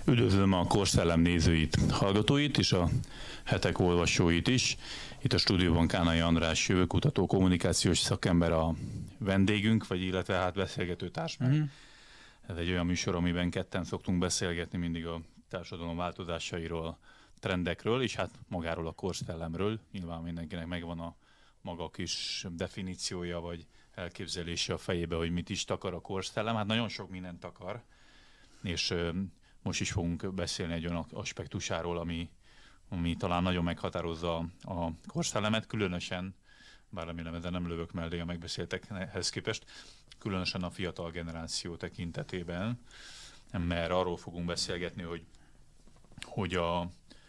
Üdvözlöm a Korszellem nézőit, hallgatóit és a hetek olvasóit is. Itt a stúdióban Kánai András, jövőkutató, kommunikációs szakember a vendégünk, illetve hát beszélgető társunk. Ez egy olyan műsor, amiben ketten szoktunk beszélgetni mindig a társadalom változásairól, trendekről, és hát magáról a korszellemről. Nyilván mindenkinek megvan a maga kis definíciója, vagy elképzelése a fejébe, hogy mit is takar a korszellem. Hát nagyon sok mindent takar, és most is fogunk beszélni egy olyan aspektusáról, ami talán nagyon meghatározza a korszellemet, különösen, bár remélem ezzel nem lövök mellé a megbeszéltekhez képest, különösen a fiatal generáció tekintetében, mert arról fogunk beszélgetni, hogy a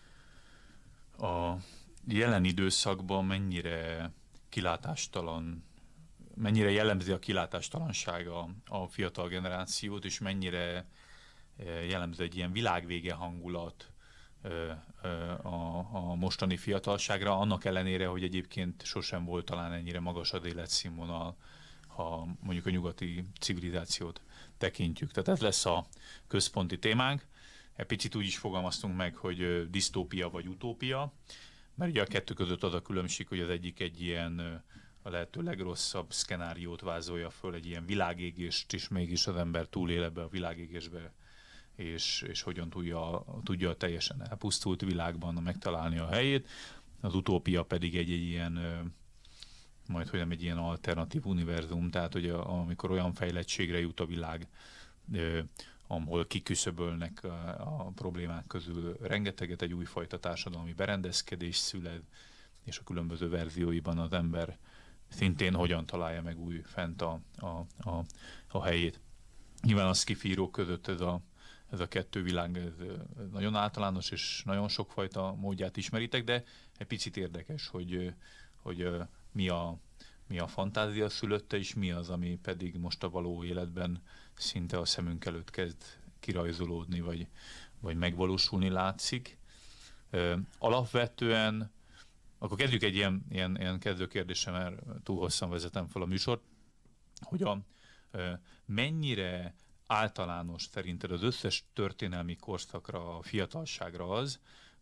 jelen időszakban mennyire jellemzi a kilátástalansága a fiatal generációt, és mennyire jellemző egy ilyen világvége hangulat a mostani fiatalságra, annak ellenére, hogy egyébként sosem volt talán ennyire magas az életszínvonal, ha mondjuk a nyugati civilizációt tekintjük. Tehát ez lesz a központi témánk. Egy picit úgy is fogalmaztunk meg, hogy disztópia vagy utópia, mert ugye a kettő között az a különbség, hogy az egyik egy ilyen a lehető legrosszabb szkenáriót vázolja föl, egy ilyen világégést, és mégis az ember túlél ebbe a világégésbe, és hogyan tudja a teljesen elpusztult világban megtalálni a helyét. Az utópia pedig egy ilyen, majdhogy egy ilyen alternatív univerzum, tehát hogy amikor olyan fejlettségre jut a világ, ahol kiküszöbölnek a problémák közül rengeteget, egy újfajta társadalmi berendezkedés szüled, és a különböző verzióiban az ember szintén hogyan találja meg új fent a helyét. Nyilván a sci-fi írók között ez a kettő világ ez nagyon általános, és nagyon sokfajta módját ismeritek, de egy picit érdekes, hogy mi a fantázia szülötte, és mi az, ami pedig most a való életben szinte a szemünk előtt kezd kirajzolódni, vagy megvalósulni látszik. Alapvetően, akkor kezdjük egy ilyen kezdő kérdéssel, mert túl hosszan vezetem fel a műsort, hogy mennyire általános szerinted az összes történelmi korszakra, a fiatalságra az,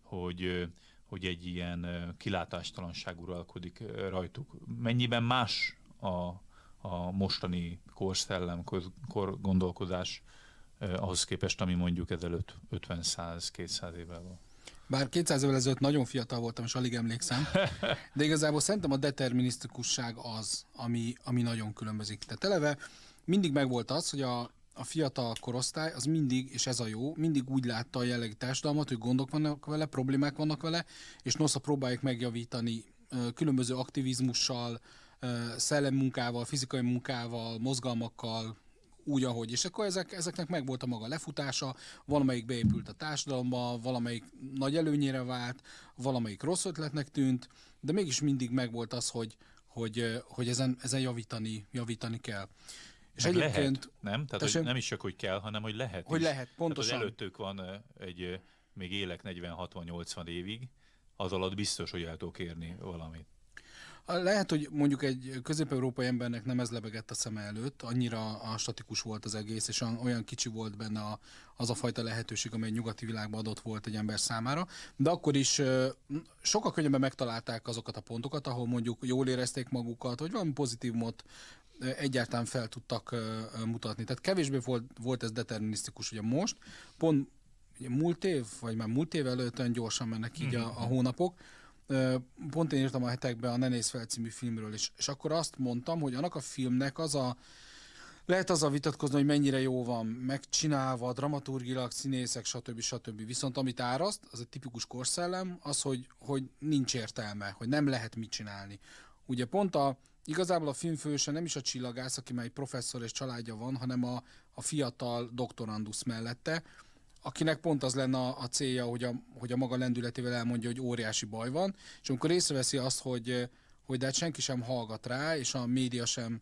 hogy egy ilyen kilátástalanság uralkodik rajtuk. Mennyiben más a mostani korszellem, gondolkozás ahhoz képest, ami mondjuk ezelőtt 50, 100, 200 évvel van? Bár 200 évvel ezelőtt nagyon fiatal voltam, és alig emlékszem, de igazából szerintem a determinisztikusság az, ami nagyon különbözik. Tehát eleve mindig megvolt az, hogy a fiatal korosztály az mindig, és ez a jó, mindig úgy látta a jelenlegi társadalmat, hogy gondok vannak vele, problémák vannak vele, és nosza próbáljuk megjavítani különböző aktivizmussal, szellemmunkával, fizikai munkával, mozgalmakkal, úgy, ahogy. És akkor ezeknek megvolt a maga lefutása, valamelyik beépült a társadalomba, valamelyik nagy előnyére vált, valamelyik rossz ötletnek tűnt, de mégis mindig megvolt az, hogy ezen javítani kell. És egyébként lehet, nem? Tehát hogy nem is csak, hogy kell, hanem hogy lehet. Hogy is. lehet, pontosan. Tehát előttük van még élek 40-60-80 évig, az alatt biztos, hogy el tudok érni valamit. Lehet, hogy mondjuk egy közép-európai embernek nem ez lebegett a szeme előtt, annyira statikus volt az egész, és olyan kicsi volt benne az a fajta lehetőség, amely nyugati világban adott volt egy ember számára, de akkor is sokkal könnyebben megtalálták azokat a pontokat, ahol mondjuk jól érezték magukat, hogy valami pozitívumot egyáltalán fel tudtak mutatni. Tehát kevésbé volt ez determinisztikus, ugye most, pont ugye múlt év előtt olyan gyorsan mennek így a hónapok. Pont én írtam a hetekben a Ne nézz fel című filmről, és akkor azt mondtam, hogy annak a filmnek lehet azzal vitatkozni, hogy mennyire jó van megcsinálva, dramaturgilag, színészek, stb. Viszont amit áraszt, az egy tipikus korszellem, az, hogy nincs értelme, hogy nem lehet mit csinálni. Ugye pont igazából a filmfőse nem is a csillagász, aki már egy professzor és családja van, hanem a fiatal doktorandusz mellette, akinek pont az lenne a célja, hogy a maga lendületével elmondja, hogy óriási baj van, és amikor észreveszi azt, hogy de hát senki sem hallgat rá, és a média sem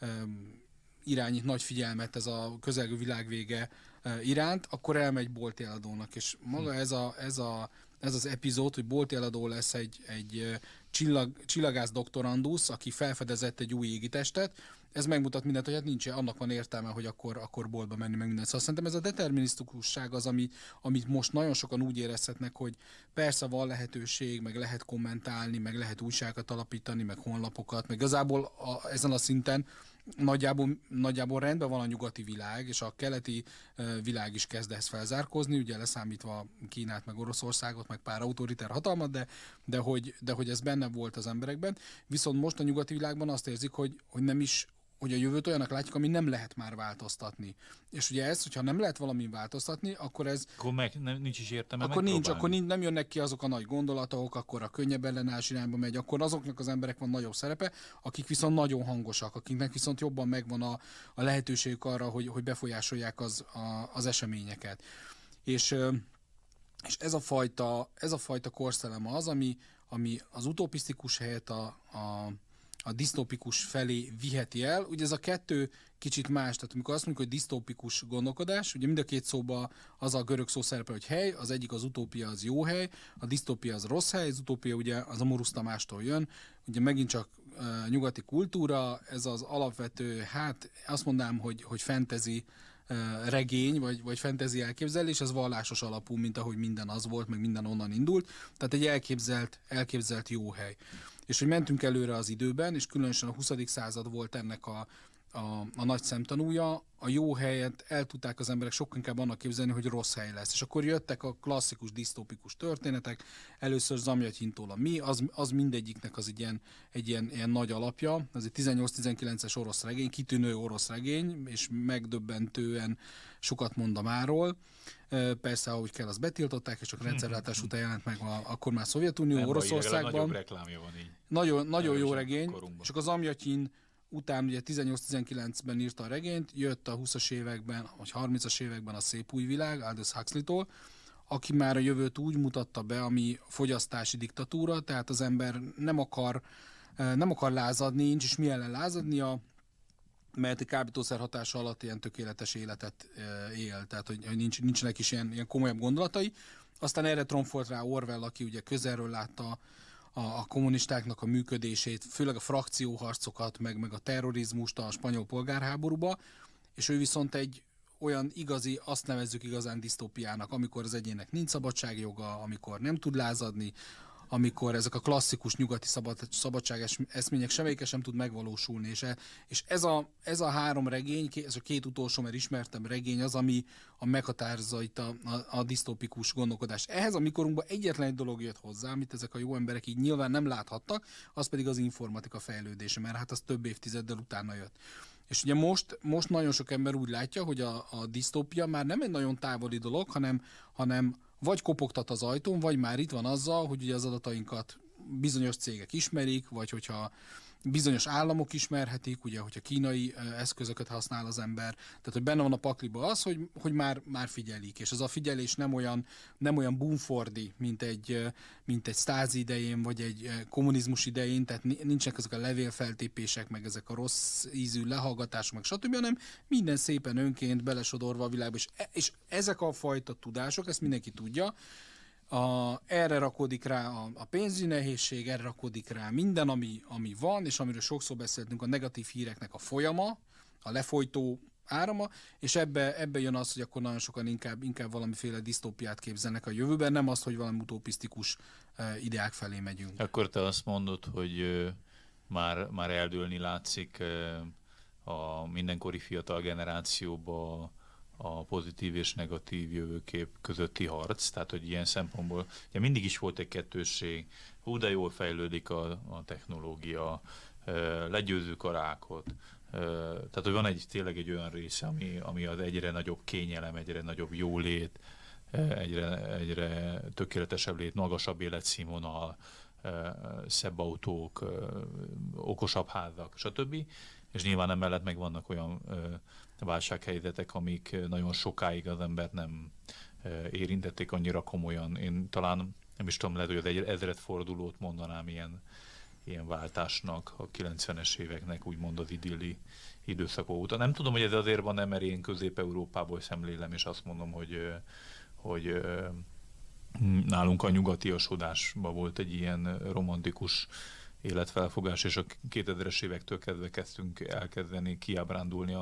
irányít nagy figyelmet ez a közelgő világvége iránt, akkor elmegy bolti eladónak, és maga ez ez az epizód, hogy bolti eladó lesz egy csillagász doktorandusz, aki felfedezett egy új égitestet. Ez megmutat mindent, hogy hát nincs, annak van értelme, hogy akkor boltba menni, meg minden. Szóval szerintem ez a determinisztikusság az, amit most nagyon sokan úgy érezhetnek, hogy persze van lehetőség, meg lehet kommentálni, meg lehet újságokat alapítani, meg honlapokat, meg igazából ezen a szinten nagyjából rendben van a nyugati világ, és a keleti világ is kezd ezt felzárkózni, ugye leszámítva Kínát, meg Oroszországot, meg pár autoriter hatalmat, de hogy ez benne volt az emberekben. Viszont most a nyugati világban azt érzik, hogy nem is, hogy a jövőt olyanak látjuk, ami nem lehet már változtatni. És ugye ez, hogyha nem lehet valamin változtatni, akkor ez... Akkor nincs is értelme akkor nem jönnek ki azok a nagy gondolatok, akkor a könnyebb ellenállás irányba megy, akkor azoknak az emberek van nagyobb szerepe, akik viszont nagyon hangosak, akiknek viszont jobban megvan a lehetőségük arra, hogy befolyásolják az eseményeket. És ez a fajta korszellem az, ami az utopisztikus helyett a disztópikus felé viheti el. Ugye ez a kettő kicsit más, tehát amikor azt mondjuk, hogy disztópikus gondolkodás, ugye mind a két szóban az a görög szó szerepel, hogy hely, az egyik az utópia, az jó hely, a disztópia az rossz hely, az utópia ugye az Amorusz Tamástól jön, ugye megint csak nyugati kultúra, ez az alapvető, hát azt mondanám, hogy fantasy regény, vagy fantasy elképzelés, ez vallásos alapú, mint ahogy minden az volt, meg minden onnan indult, tehát egy elképzelt jó hely. És hogy mentünk előre az időben, és különösen a 20. század volt ennek a nagy szemtanúja, a jó helyet el tudták az emberek sokkal inkább annak képzelni, hogy rossz hely lesz. És akkor jöttek a klasszikus, disztópikus történetek, először Zamjatyintól a Mi, az mindegyiknek az egy ilyen nagy alapja, ez egy 18-19-es orosz regény, kitűnő orosz regény, és megdöbbentően sokat mond a máról. Persze, ahogy kell, azt betiltották, és csak rendszerváltás után jelent meg akkor már Szovjetunió, Oroszországban. Nagyobb reklámja van így. Nagyon jó regény, korunkban. Csak az Zamjatyin után ugye 18-19-ben írta a regényt, jött a 20-as években, vagy 30-as években a Szép új világ, Aldous Huxley-tól, aki már a jövőt úgy mutatta be, ami fogyasztási diktatúra, tehát az ember nem akar lázadni, nincs is mi ellen lázadnia, mert egy kábítószer hatása alatt ilyen tökéletes életet él, tehát hogy nincsenek is ilyen komolyabb gondolatai. Aztán erre tromfolt rá Orwell, aki ugye közelről látta a kommunistáknak a működését, főleg a frakcióharcokat, meg a terrorizmust a spanyol polgárháborúba, és ő viszont egy olyan igazi, azt nevezzük igazán disztópiának, amikor az egyének nincs szabadságjoga, amikor nem tud lázadni, amikor ezek a klasszikus nyugati szabadság eszmények semmelyike sem tud megvalósulni. És ez a három regény, ez a két utolsó, mert ismertem regény az, ami meghatározza itt a disztópikus gondolkodást. Ehhez a mikorunkban egyetlen egy dolog jött hozzá, amit ezek a jó emberek így nyilván nem láthattak, az pedig az informatika fejlődése, mert hát az több évtizeddel utána jött. És ugye most nagyon sok ember úgy látja, hogy a disztópia már nem egy nagyon távoli dolog, hanem vagy kopogtat az ajtón, vagy már itt van azzal, hogy ugye az adatainkat bizonyos cégek ismerik, vagy hogyha bizonyos államok ismerhetik, ugye, hogyha kínai eszközöket használ az ember. Tehát, hogy benne van a pakliba az, hogy már figyelik. És az a figyelés nem olyan bumfordi, mint egy Stasi idején, vagy egy kommunizmus idején, tehát nincsenek ezek a levélfeltépések, meg ezek a rossz ízű lehallgatások, meg stb., hanem minden szépen önként belesodorva a világba. És ezek a fajta tudások, ezt mindenki tudja, erre rakódik rá a pénzügyi nehézség, erre rakódik rá minden, ami van, és amiről sokszor beszéltünk, a negatív híreknek a folyama, a lefolytó árama, és ebbe jön az, hogy akkor nagyon sokan inkább valamiféle disztópiát képzelnek a jövőben, nem azt, hogy valami utopisztikus ideák felé megyünk. Akkor te azt mondod, hogy már eldőlni látszik a mindenkori fiatal generációba a pozitív és negatív jövőkép közötti harc, tehát hogy ilyen szempontból ugye mindig is volt egy kettősség, de jól fejlődik a technológia, legyőzzük a rákot, tehát hogy van tényleg egy olyan része, ami az egyre nagyobb kényelem, egyre nagyobb jólét, egyre tökéletesebb lét, magasabb életszínvonal, szebb autók, okosabb házak, stb. És nyilván emellett meg vannak olyan válsághelyzetek, amik nagyon sokáig az embert nem érintették annyira komolyan. Én talán, nem is tudom, lehet, hogy az ezredfordulót mondanám ilyen váltásnak, a 90-es éveknek úgymond az idilli időszak óta. Nem tudom, hogy ez azért van, mert én Közép-Európából szemlélem, és azt mondom, hogy nálunk a nyugatiasodásban volt egy ilyen romantikus életfelfogás, és a 2000-es évektől kezdve kezdtünk elkezdeni kiábrándulni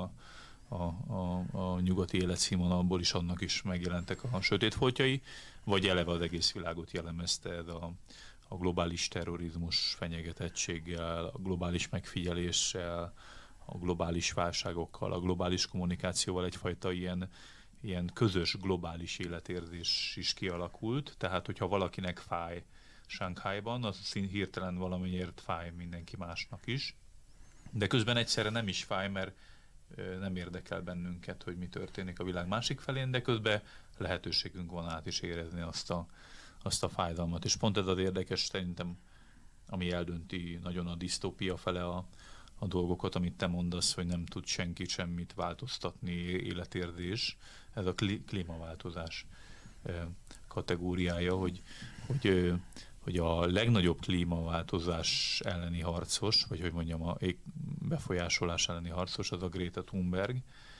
a nyugati életszínvonalból is, annak is megjelentek a sötét foltjai, vagy eleve az egész világot jellemezte ez a globális terrorizmus fenyegetettséggel, a globális megfigyeléssel, a globális válságokkal, a globális kommunikációval egyfajta ilyen közös globális életérzés is kialakult. Tehát, hogyha valakinek fáj Shanghaiban, az hirtelen valamiért fáj mindenki másnak is. De közben egyszerre nem is fáj, mert nem érdekel bennünket, hogy mi történik a világ másik felén, de közben lehetőségünk van át is érezni azt a fájdalmat. És pont ez az érdekes szerintem, ami eldönti nagyon a disztópia fele a dolgokat, amit te mondasz, hogy nem tud senki semmit változtatni, életérzés, ez a klímaváltozás kategóriája, hogy a legnagyobb klímaváltozás elleni harcos, vagy hogy mondjam, a befolyásolás elleni harcos, az a Greta Thunberg,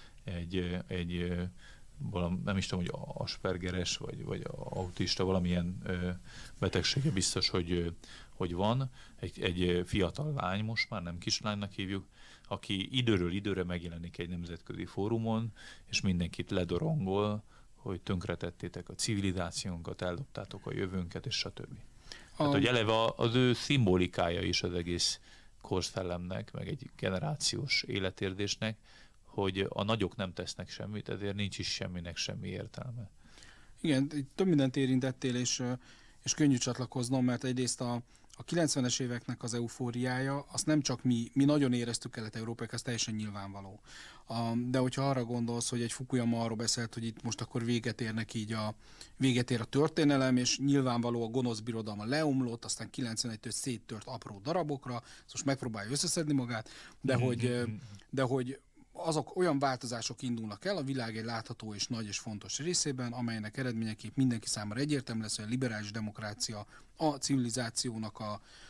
nem is tudom, hogy aspergeres, vagy autista, valamilyen betegsége biztos, hogy van. Egy fiatal lány, most már nem kislánynak hívjuk, aki időről időre megjelenik egy nemzetközi fórumon, és mindenkit ledorongol, hogy tönkretettétek a civilizációnkat, eldobtátok a jövőnket, és stb. Hát, hogy eleve az ő szimbolikája is az egész korszellemnek, meg egy generációs életérzésnek, hogy a nagyok nem tesznek semmit, ezért nincs is semminek semmi értelme. Igen, több mindent érintettél, és könnyű csatlakoznom, mert egyrészt a 90-es éveknek az eufóriája, azt nem csak mi nagyon éreztük Kelet-Európaiak, ez teljesen nyilvánvaló. De hogyha arra gondolsz, hogy egy Fukuyama arról beszélt, hogy itt most akkor véget ér a történelem, és nyilvánvaló a gonosz birodalma leomlott, aztán 91-től széttört apró darabokra, most megpróbálja összeszedni magát, de hogy azok olyan változások indulnak el a világ egy látható és nagy és fontos részében, amelynek eredményeképp mindenki számára egyértelmű lesz, hogy a liberális demokrácia a civilizációnak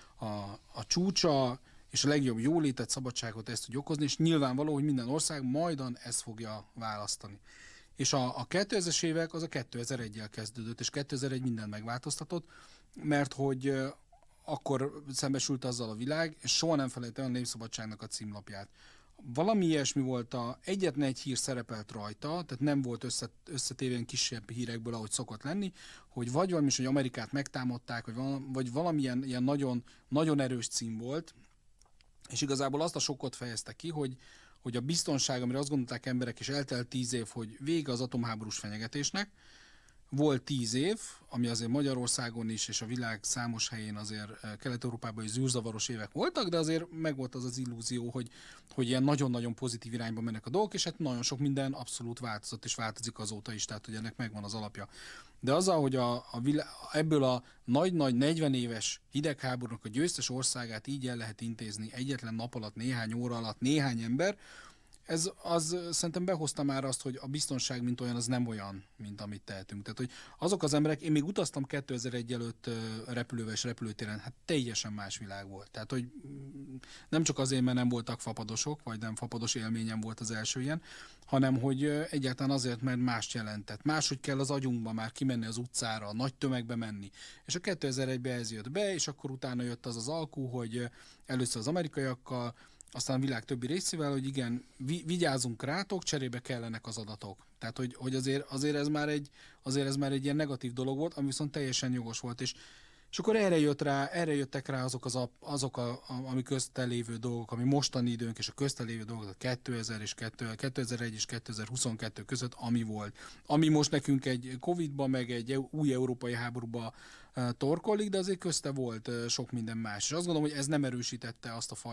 a csúcsa, és a legjobb jólétet, szabadságot ezt tudja okozni, és nyilvánvaló, hogy minden ország majdan ezt fogja választani. És a 2000-es évek az a 2001-jel kezdődött, és 2001 mindent megváltoztatott, mert hogy akkor szembesült azzal a világ, és soha nem felejtem a Népszabadságnak a címlapját. Valami ilyesmi volt, egyetlen egy hír szerepelt rajta, tehát nem volt összetévén kisebb hírekből, ahogy szokott lenni, hogy vagy valami is, hogy Amerikát megtámadták, vagy valamilyen ilyen nagyon, nagyon erős cím volt, és igazából azt a sokkot fejezte ki, hogy a biztonság, amire azt gondolták emberek, és eltelt 10 év, hogy vége az atomháborús fenyegetésnek, volt 10 év, ami azért Magyarországon is, és a világ számos helyén azért Kelet-Európában is zűrzavaros évek voltak, de azért megvolt az illúzió, hogy ilyen nagyon-nagyon pozitív irányba mennek a dolgok, és hát nagyon sok minden abszolút változott, és változik azóta is, tehát hogy ennek megvan az alapja. De azzal, hogy ebből a nagy-nagy 40 éves hidegháborúnak a győztes országát így el lehet intézni egyetlen nap alatt, néhány óra alatt, néhány ember, az szerintem behozta már azt, hogy a biztonság mint olyan, az nem olyan, mint amit tehetünk. Tehát, hogy azok az emberek, én még utaztam 2001 előtt repülővel és repülőtéren, hát teljesen más világ volt. Tehát, hogy nem csak azért, mert nem voltak fapadosok, vagy nem fapados élményem volt az első ilyen, hanem, hogy egyáltalán azért, mert mást jelentett. Máshogy kell az agyunkba már kimenni az utcára, nagy tömegbe menni. És a 2001-ben ez jött be, és akkor utána jött az alkú, hogy először az amerikaiakkal, aztán a világ többi részével, hogy igen, vigyázzunk rátok, cserébe kellenek az adatok. Tehát, hogy azért ez már egy ilyen negatív dolog volt, ami viszont teljesen jogos volt. És akkor erre jöttek rá azok ami közte lévő dolgok, ami mostani időnk, és a közte lévő dolgok, a 2001 és 2022 között, ami volt. Ami most nekünk egy Covid-ba, meg egy új európai háborúba torkollik, de azért közte volt sok minden más. És azt gondolom, hogy ez nem erősítette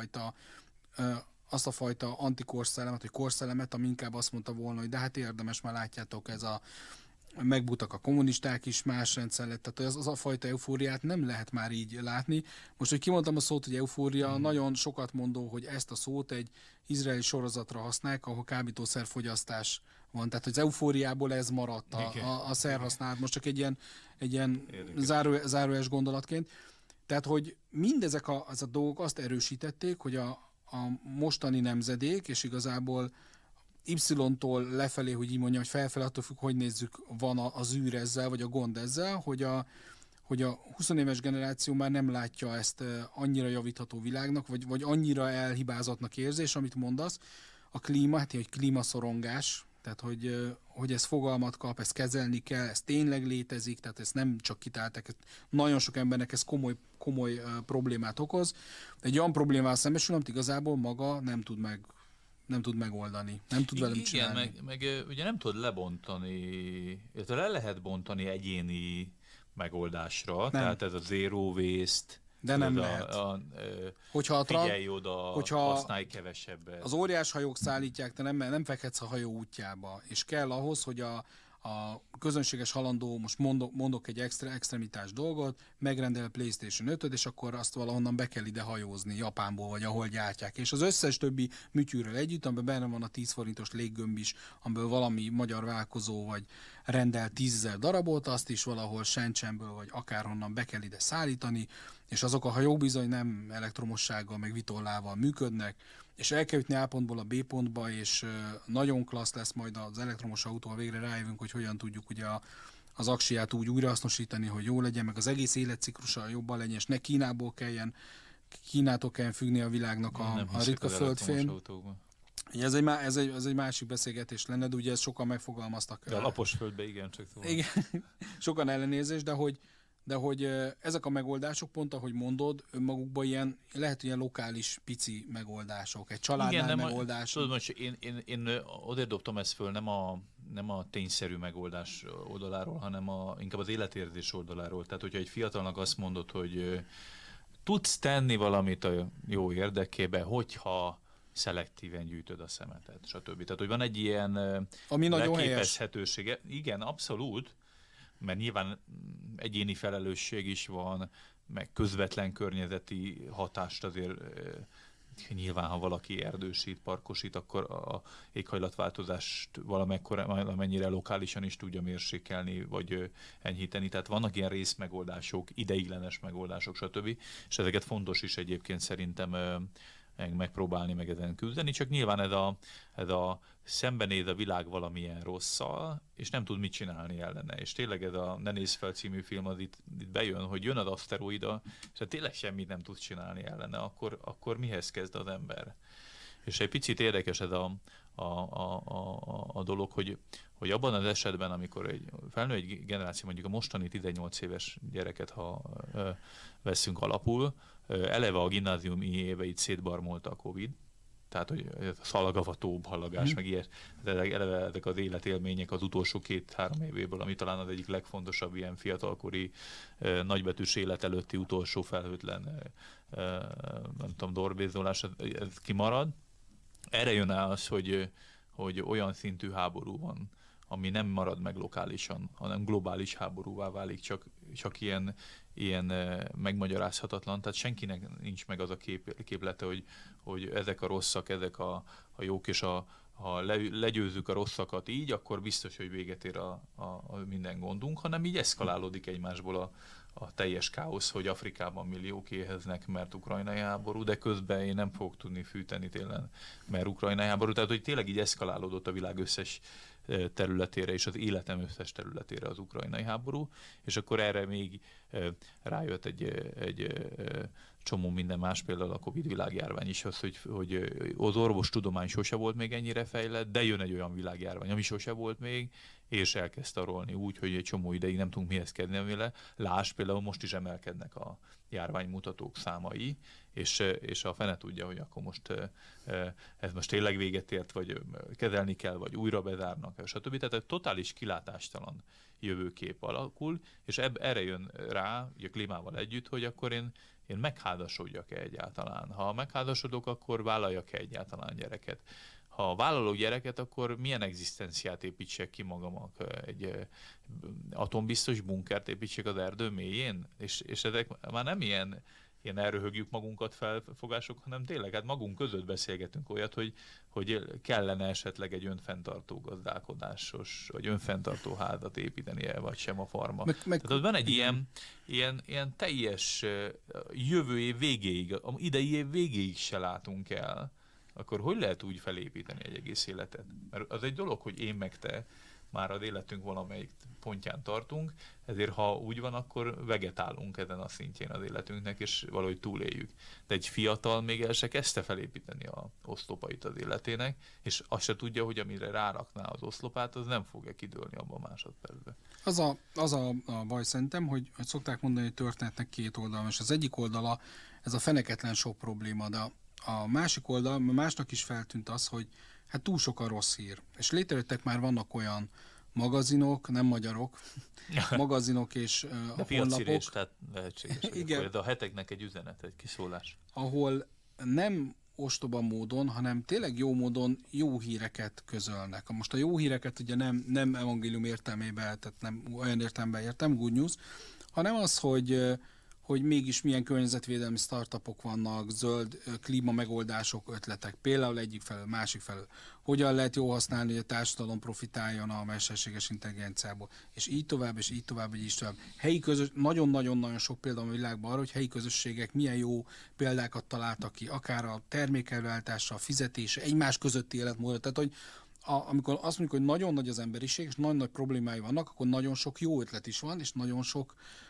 azt a fajta antikorszellemet, vagy korszellemet, ami inkább azt mondta volna, hogy de hát érdemes, már látjátok, megbutak a kommunisták is, más rendszer lett, tehát az a fajta eufóriát nem lehet már így látni. Most, hogy kimondtam a szót, hogy eufória, nagyon sokat mondó, hogy ezt a szót egy izraeli sorozatra használják, ahol kábítószerfogyasztás van. Tehát, hogy az eufóriából ez maradt a szerhasználat. Most csak egy ilyen zárójeles gondolatként. Tehát, hogy mindezek a dolgok azt erősítették, hogy a mostani nemzedék, és igazából Y-tól lefelé, hogy így mondjam, hogy felfelé, attól függ, hogy nézzük, van az űr ezzel, vagy a gond ezzel, hogy a 20 éves generáció már nem látja ezt annyira javítható világnak, vagy annyira elhibázatnak érzés, amit mondasz. A klíma, hát egy klímaszorongás, tehát hogy ez fogalmat kap, ezt kezelni kell, ez tényleg létezik, tehát ezt nem csak kitálták, nagyon sok embernek ez komoly problémát okoz. Egy olyan problémával szembesül, amit igazából maga nem tud megoldani, nem tud velem csinálni. Igen, meg ugye nem tud lebontani, illetve le lehet bontani egyéni megoldásra, nem. Tehát ez a zero waste, de nem lehet. Figyelj oda, használj kevesebbet. Az óriás hajók szállítják, te nem fekhetsz a hajó útjába, és kell ahhoz, hogy a közönséges halandó, most mondok egy extremitás dolgot, megrendel PlayStation 5-öt, és akkor azt valahonnan be kell ide hajózni, Japánból, vagy ahol gyártják. És az összes többi műtyűrrel együtt, amiben benne van a 10 forintos léggömb is, amiből valami magyar vállalkozó vagy rendel 10 000 darabot, azt is valahol Shenzhenből, vagy akárhonnan be kell ide szállítani, és azok a hajók bizony nem elektromossággal, meg vitollával működnek, és el kell jutni A pontból a B pontba, és nagyon klassz lesz majd az elektromos autóval, végre rájövünk, hogy hogyan tudjuk ugye az aksiját úgy újrahasznosítani, hogy jó legyen, meg az egész életciklusa jobban legyen, és ne Kínától kelljen függni a világnak a ritka földfém. Ez egy másik beszélgetés lenne, de ugye ezt sokan megfogalmaztak. De a lapos földbe igen, csak szóval. Igen, sokan ellenérzés, de hogy ezek a megoldások, pont ahogy mondod, önmagukban lehet ilyen lokális, pici megoldások, egy családnál megoldás. Tudod, most én odér dobtam ezt föl, nem a tényszerű megoldás oldaláról, hanem inkább az életérzés oldaláról. Tehát, hogyha egy fiatalnak azt mondod, hogy tudsz tenni valamit a jó érdekébe, hogyha szelektíven gyűjtöd a szemetet, stb. Tehát, hogy van egy ilyen leképezhetősége. Igen, abszolút, mert nyilván egyéni felelősség is van, meg közvetlen környezeti hatást azért nyilván, ha valaki erdősít, parkosít, akkor a éghajlatváltozást valamennyire lokálisan is tudja mérsékelni, vagy enyhíteni. Tehát vannak ilyen részmegoldások, ideiglenes megoldások, stb. És ezeket fontos is egyébként szerintem megpróbálni, meg ezen küzdeni, csak nyilván ez a szembenéz a világ valamilyen rosszal, és nem tud mit csinálni ellene. És tényleg ez a Ne nézz fel című film az itt bejön, hogy jön az aszteroida, és ha tényleg semmit nem tud csinálni ellene, akkor mihez kezd az ember? És egy picit érdekes ez a dolog, hogy abban az esetben, amikor felnő egy generáció, mondjuk a mostani 18 éves gyereket, ha veszünk alapul, eleve a gimnáziumi éveit szétbarmolta a Covid, tehát, hogy szalagavató ballagás, meg ilyet, eleve ezek az életélmények az utolsó 2-3 évéből, ami talán az egyik legfontosabb ilyen fiatalkori, nagybetűs élet előtti utolsó felhőtlen, nem tudom, dorbézolás, ez kimarad. Erre jön el az, hogy olyan szintű háború van, ami nem marad meg lokálisan, hanem globális háborúvá válik, csak ilyen megmagyarázhatatlan. Tehát senkinek nincs meg az a képlete, hogy ezek a rosszak, ezek a jók, és ha legyőzzük a rosszakat így, akkor biztos, hogy véget ér a minden gondunk, hanem így eszkalálódik egymásból a teljes káosz, hogy Afrikában milliók éheznek, mert ukrajnai háború, de közben én nem fogok tudni fűteni télen, mert ukrajnai háború. Tehát, hogy tényleg így eszkalálódott a világ összes területére és az életem összes területére az ukrajnai háború, és akkor erre még rájött egy csomó minden más, például a Covid világjárvány is az, hogy az orvostudomány sose volt még ennyire fejlett, de jön egy olyan világjárvány, ami sose volt még, és elkezd tarolni úgy, hogy egy csomó ideig nem tudunk mihez kezdeni vele. Lásd, például most is emelkednek a járványmutatók számai, és a fene tudja, hogy akkor most ez most tényleg véget ért, vagy kezelni kell, vagy újra bezárnak, stb. Tehát egy totális kilátástalan jövőkép alakul, és erre jön rá, ugye a klímával együtt, hogy akkor én megházasodjak-e egyáltalán. Ha megházasodok, akkor vállaljak-e egyáltalán gyereket. Ha vállalok gyereket, akkor milyen egzisztenciát építsek ki magamnak? Egy atombiztos bunkert építsek az erdő mélyén? És ezek már nem ilyen elröhögjük magunkat felfogások, hanem tényleg hát magunk között beszélgetünk olyat, hogy kellene esetleg egy önfenntartó gazdálkodásos, vagy önfenntartó házat építenie, vagy sem a farma. Tehát ott van egy ilyen teljes jövő év végéig, idei év végéig se látunk el akkor hogy lehet úgy felépíteni egy egész életet? Mert az egy dolog, hogy én meg te már az életünk valamelyik pontján tartunk, ezért ha úgy van, akkor vegetálunk ezen a szintjén az életünknek, és valahogy túléljük. De egy fiatal még el se kezdte felépíteni a oszlopait az életének, és azt se tudja, hogy amire rárakná az oszlopát, az nem fogja kidőlni abban a másodpercben. Az a baj szerintem, hogy szokták mondani, hogy történetnek két oldala, és az egyik oldala ez a feneketlen sok probléma, de a másik oldal, másnak is feltűnt az, hogy hát túl sok a rossz hír. És létrejöttek már vannak olyan magazinok, nem magyarok, magazinok és honlapok. Tehát lehetséges. Igen. De a heteknek egy üzenet, egy kiszólás. Ahol nem ostoba módon, hanem tényleg jó módon jó híreket közölnek. Most a jó híreket ugye nem evangélium értelmében, tehát nem olyan értelemben értem, good news, hanem az, hogy mégis milyen környezetvédelmi startupok vannak, zöld klíma megoldások, ötletek, például egyik felől, másik felől. Hogyan lehet jó használni, hogy a társadalom profitáljon a mesterséges intelligenciából, és így tovább, és így tovább, és így tovább. Nagyon-nagyon-nagyon sok példa a világban arra, hogy helyi közösségek milyen jó példákat találtak ki, akár a termékelváltása, a fizetése, egymás közötti életmódot, tehát hogy amikor azt mondjuk, hogy nagyon nagy az emberiség, és nagyon nagy problémái vannak, akkor nagyon sok jó ötlet is van, és nagyon sok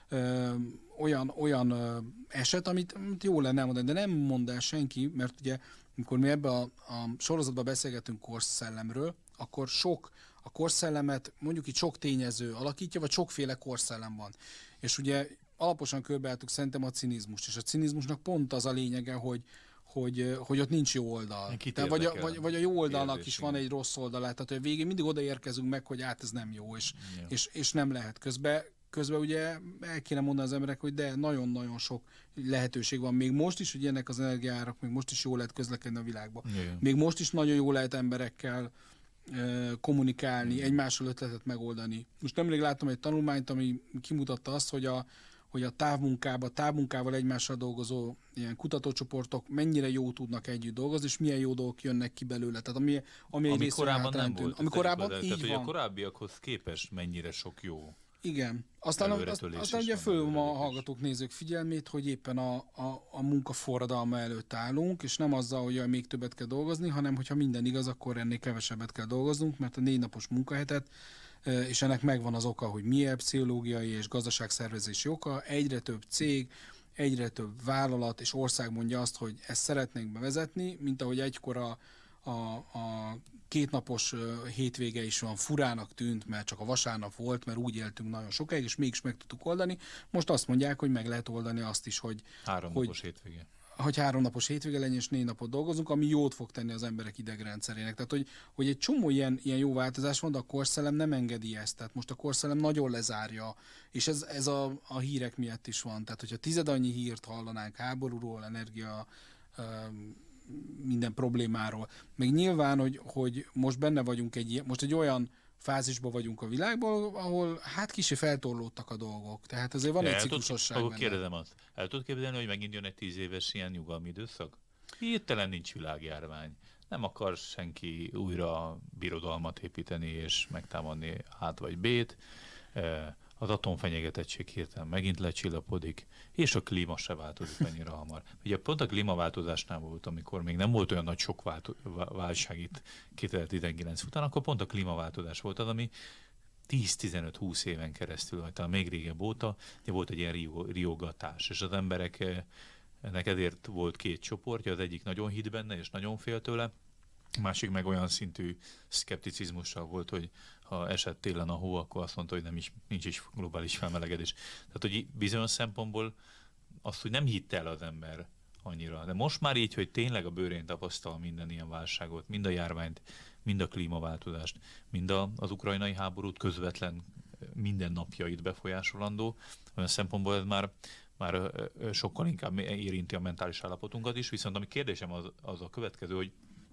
olyan eset, amit jó lenne elmondani, de nem mond el senki, mert ugye, amikor mi ebbe a sorozatban beszélgetünk korszellemről, akkor a korszellemet mondjuk itt sok tényező alakítja, vagy sokféle korszellem van. És ugye alaposan körbeálltuk szerintem a cinizmust, és a cinizmusnak pont az a lényege, hogy ott nincs jó oldal. Vagy a jó oldalnak is van egy rossz oldalát. Tehát a végén mindig odaérkezünk meg, hogy ez nem jó, és nem lehet. Közben ugye el kéne mondani az emberek, hogy de nagyon-nagyon sok lehetőség van. Még most is, hogy ennek az energiaárak, még most is jó lehet közlekedni a világban. Még most is nagyon jó lehet emberekkel kommunikálni, egymással ötletet megoldani. Most nemrég láttam egy tanulmányt, ami kimutatta azt, hogy a távmunkával egymással dolgozó ilyen kutatócsoportok mennyire jó tudnak együtt dolgozni, és milyen jó dolgok jönnek ki belőle. Tehát ami korábban nem volt. Ami korábban így tehát, van. Hogy a korábbiakhoz képest mennyire sok jó. Igen. Aztán ugye fölvom a hallgatók, nézők figyelmét, hogy éppen a munkaforradalma előtt állunk, és nem azzal, hogy még többet kell dolgozni, hanem hogyha minden igaz, akkor ennél kevesebbet kell dolgoznunk, mert a 4 napos munkahetet, és ennek megvan az oka, hogy milyen pszichológiai és gazdaságszervezési oka, egyre több cég, egyre több vállalat és ország mondja azt, hogy ezt szeretnénk bevezetni, mint ahogy egykor a 2 napos hétvége is van furának tűnt, mert csak a vasárnap volt, mert úgy éltünk nagyon sokáig, és mégis meg tudtuk oldani. Most azt mondják, hogy meg lehet oldani azt is, hogy 3 napos hétvége. Hogy 3 napos hétvége legyen, és 4 napot dolgozunk, ami jót fog tenni az emberek idegrendszerének. Tehát, hogy egy csomó ilyen jó változás van, de a korszellem nem engedi ezt. Tehát most a korszellem nagyon lezárja, és ez a hírek miatt is van. Tehát, hogyha 10 annyi hírt hallanánk háborúról, energia, minden problémáról. Meg nyilván, hogy most benne vagyunk most egy olyan fázisban vagyunk a világban, ahol hát kicsi feltorlódtak a dolgok. Tehát azért van egy ciklusosság benne. Kérdezem azt, el tudod képzelni, hogy megint jön egy 10 éves ilyen nyugalmi időszak? Hirtelen nincs világjárvány. Nem akar senki újra birodalmat építeni és megtámadni A-t vagy B-t. Az atomfenyegetettség hirtelen megint lecsillapodik, és a klíma se változik annyira hamar. Ugye pont a klímaváltozásnál volt, amikor még nem volt olyan nagy sok válság itt 2019 után, akkor pont a klímaváltozás volt az, ami 10-15-20 éven keresztül, vagy talán még régebb óta, volt egy ilyen riogatás, és az embereknek ezért volt 2 csoportja, az egyik nagyon hitt benne, és nagyon fél tőle, a másik meg olyan szintű szkepticizmussal volt, hogy ha esett télen a hó, akkor azt mondta, hogy nincs is globális felmelegedés. Tehát, hogy bizonyos szempontból azt, hogy nem hitt el az ember annyira. De most már így, hogy tényleg a bőrén tapasztal minden ilyen válságot, mind a járványt, mind a klímaváltozást, mind az ukrajnai háborút közvetlen minden napjait befolyásolandó, olyan szempontból ez már sokkal inkább érinti a mentális állapotunkat is, viszont ami kérdésem az a következő, hogy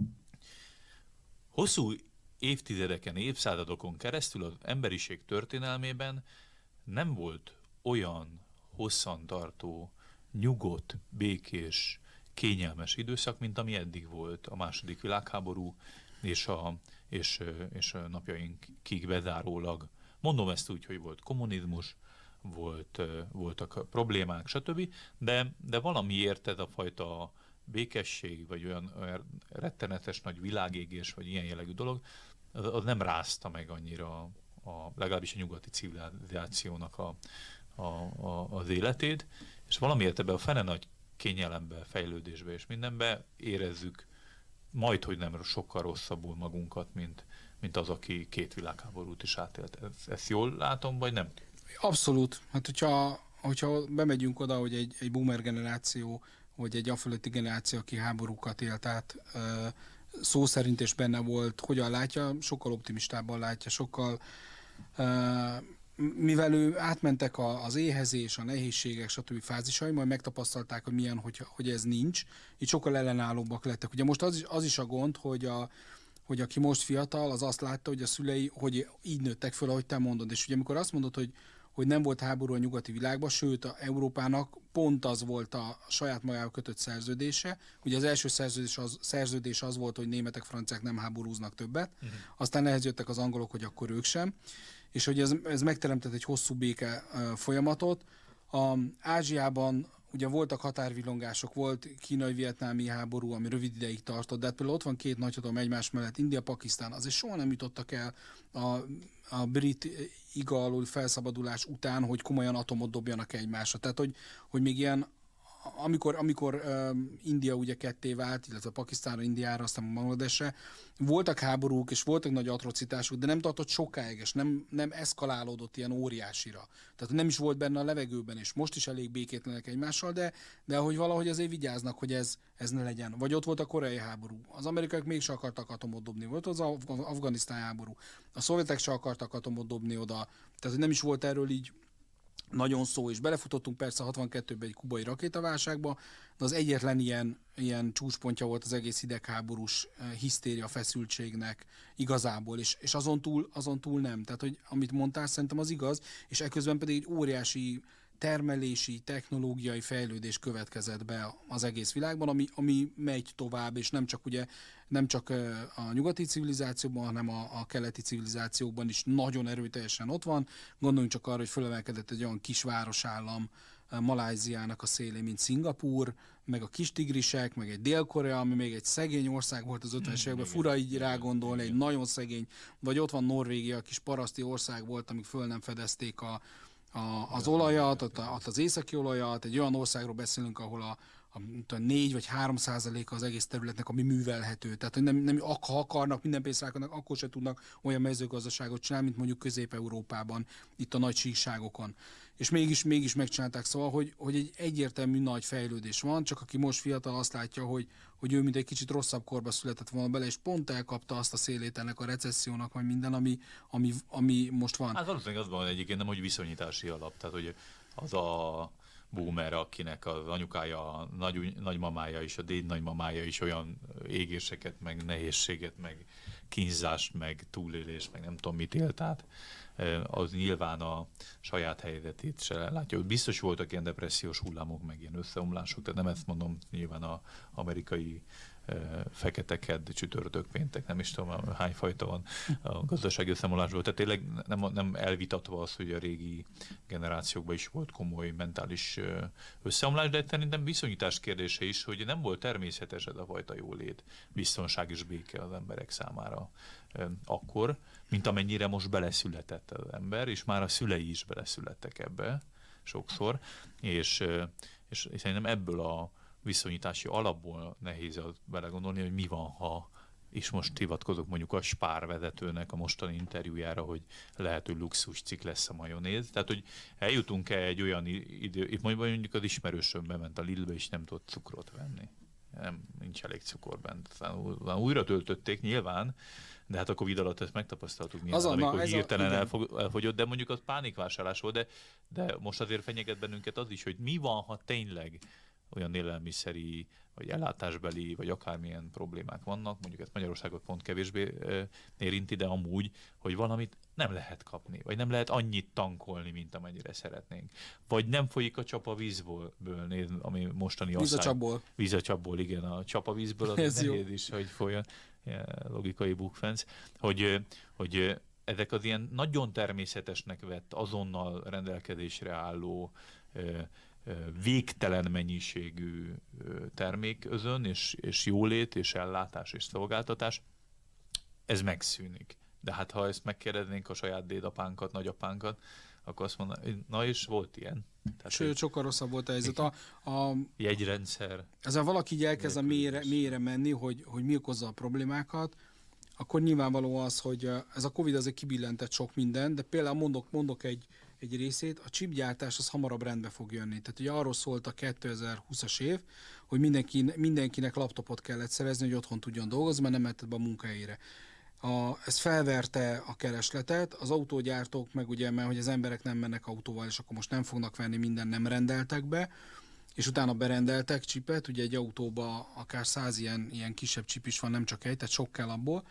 hosszú évtizedeken, évszázadokon keresztül az emberiség történelmében nem volt olyan hosszantartó, nyugodt, békés, kényelmes időszak, mint ami eddig volt a II. Világháború és a napjainkig bezárólag. Mondom ezt úgy, hogy volt kommunizmus, voltak problémák, stb., de valamiért ez a fajta békesség, vagy olyan rettenetes nagy világégés, vagy ilyen jellegű dolog, az nem rázta meg annyira legalábbis a nyugati civilizációnak az életét, és valamiért ebbe a fene nagy kényelembe, fejlődésbe és mindenbe érezzük majdhogy nem sokkal rosszabbul magunkat, mint az, aki 2 világháborút is átélt. Ezt jól látom, vagy nem? Abszolút. Hát hogyha bemegyünk oda, hogy egy boomer generáció, vagy egy afölötti generáció, aki háborúkat élt át, szó szerint is benne volt, hogyan látja, sokkal optimistábban látja, sokkal mivel ő átmentek az éhezés, a nehézségek, stb. Fázisai, majd megtapasztalták, hogy milyen, hogy ez nincs, így sokkal ellenállóbbak lettek. Ugye most az is a gond, hogy aki most fiatal, az azt látta, hogy a szülei hogy így nőttek föl, ahogy te mondod. És ugye amikor azt mondod, hogy nem volt háború a nyugati világban, sőt a Európának pont az volt a saját magába kötött szerződése. Ugye az első szerződés az volt, hogy németek, franciák nem háborúznak többet, aztán ehhez jöttek az angolok, hogy akkor ők sem, és hogy ez megteremtett egy hosszú béke folyamatot. Ázsiában ugye voltak határvillongások, volt kínai-vietnámi háború, ami rövid ideig tartott, de hát például ott van 2 nagyhatalom egymás mellett, India, Pakisztán, azért soha nem jutottak el a brit iga alól felszabadulás után, hogy komolyan atomot dobjanak egymásra. Tehát, hogy még ilyen, amikor India ugye ketté vált, illetve Pakisztánra, Indiára, aztán Bangladesre, voltak háborúk és voltak nagy atrocitások, de nem tartott sokáig, és nem eszkalálódott ilyen óriásira. Tehát nem is volt benne a levegőben, és most is elég békétlenek egymással, de hogy valahogy azért vigyáznak, hogy ez ne legyen. Vagy ott volt a koreai háború. Az amerikaiak mégsem akartak atomot dobni. Volt az afganisztán háború. A szovjetek sem akartak atomot dobni oda. Tehát nem is volt erről így nagyon szó, és belefutottunk persze 62-ben egy kubai rakétaválságba, de az egyetlen ilyen csúcspontja volt az egész hidegháborús hisztéria feszültségnek igazából, és azon túl nem. Tehát, hogy amit mondtál, szerintem az igaz, és eközben pedig egy óriási termelési, technológiai fejlődés következett be az egész világban, ami megy tovább, és nem csak a nyugati civilizációban, hanem a keleti civilizációkban is nagyon erőteljesen ott van. Gondoljunk csak arra, hogy fölemelkedett egy olyan kis városállam Malajziának a szélén, mint Szingapúr, meg a kis tigrisek, meg egy Dél-Korea, ami még egy szegény ország volt az 50-es években, fura így rágondolni, egy nagyon szegény, vagy ott van Norvégia, kis paraszti ország volt, amíg föl nem fedezték az olajat, az északi olajat, egy olyan országról beszélünk, ahol a 4 vagy 3% az egész területnek, ami művelhető. Tehát, hogy nem ha akarnak, minden pénzt rákodnak, akkor se tudnak olyan mezőgazdaságot csinálni, mint mondjuk Közép-Európában, itt a nagy síkságokon. És mégis megcsinálták, szóval, hogy egy egyértelmű nagy fejlődés van, csak aki most fiatal azt látja, hogy ő mint egy kicsit rosszabb korba született volna bele, és pont elkapta azt a szélét ennek a recessziónak, vagy minden, ami most van. Hát valószínűleg az van egyébként, nem, hogy viszonyítási alap, tehát hogy az a boomer, akinek az anyukája, a nagymamája és a déd nagymamája is olyan égéseket, meg nehézséget, meg kínzást, meg túlélést, meg nem tudom mit élt át, az nyilván a saját helyzetét se látja. Biztos voltak ilyen depressziós hullámok, meg ilyen összeomlások, tehát nem ezt mondom, nyilván az amerikai fekete kedd, csütörtök, péntek, nem is tudom hány fajta van a gazdasági összeomlásból. Tehát tényleg nem elvitatva az, hogy a régi generációkban is volt komoly mentális összeomlás, de szerintem viszonyítás kérdése is, hogy nem volt természetes ez a fajta jólét, biztonság és béke az emberek számára akkor, mint amennyire most beleszületett az ember, és már a szülei is beleszülettek ebbe sokszor, és szerintem ebből a viszonyítási alapból nehéz belegondolni, hogy mi van, ha, és most hivatkozok mondjuk a Spar vezetőnek a mostani interjújára, hogy lehető luxus cikk lesz a majonéz. Tehát, hogy eljutunk-e egy olyan idő, itt mondjuk az ismerősöm bement a Lidlbe, és nem tudott cukrot venni. Nincs elég cukor bent. Aztán újra töltötték nyilván, de hát a Covid alatt ezt megtapasztaltuk nyilván, amikor hirtelen elfogyott, de mondjuk az pánikvásárlás volt, de most azért fenyeget bennünket az is, hogy mi van, ha tényleg olyan élelmiszeri, vagy ellátásbeli, vagy akármilyen problémák vannak, mondjuk ezt Magyarországot pont kevésbé érinti, de amúgy, hogy valamit nem lehet kapni, vagy nem lehet annyit tankolni, mint amennyire szeretnénk. Vagy nem folyik a csapvízből, ami mostani asszály. Vízacsapból, igen, a csapavízből az nehéz is, hogy folyjon, logikai bukfenc, hogy ezek az ilyen nagyon természetesnek vett, azonnal rendelkezésre álló végtelen mennyiségű terméközön, és jólét, és ellátás, és szolgáltatás, ez megszűnik. De hát ha ezt megkérdeznénk a saját dédapánkat, nagyapánkat, akkor azt mondaná, na és volt ilyen. Tehát, sőt, sokkal rosszabb volt a helyzet. A jegyrendszer. Ezzel valaki így elkezd a mélyre menni, hogy mi okozza a problémákat, akkor nyilvánvaló az, hogy ez a Covid azért kibillentett sok minden, de például mondok egy részét, a chipgyártás az hamarabb rendbe fog jönni. Tehát ugye arról szólt a 2020-as év, hogy mindenkinek laptopot kellett szerezni, hogy otthon tudjon dolgozni, mert nem mehetett be a munkahelyére. Ez felverte a keresletet, az autógyártók meg ugye, mert hogy az emberek nem mennek autóval, és akkor most nem fognak venni, minden nem rendeltek be, és utána berendeltek csipet, ugye egy autóba akár 100 ilyen kisebb csip is van, nem csak egy, tehát sok kell abból,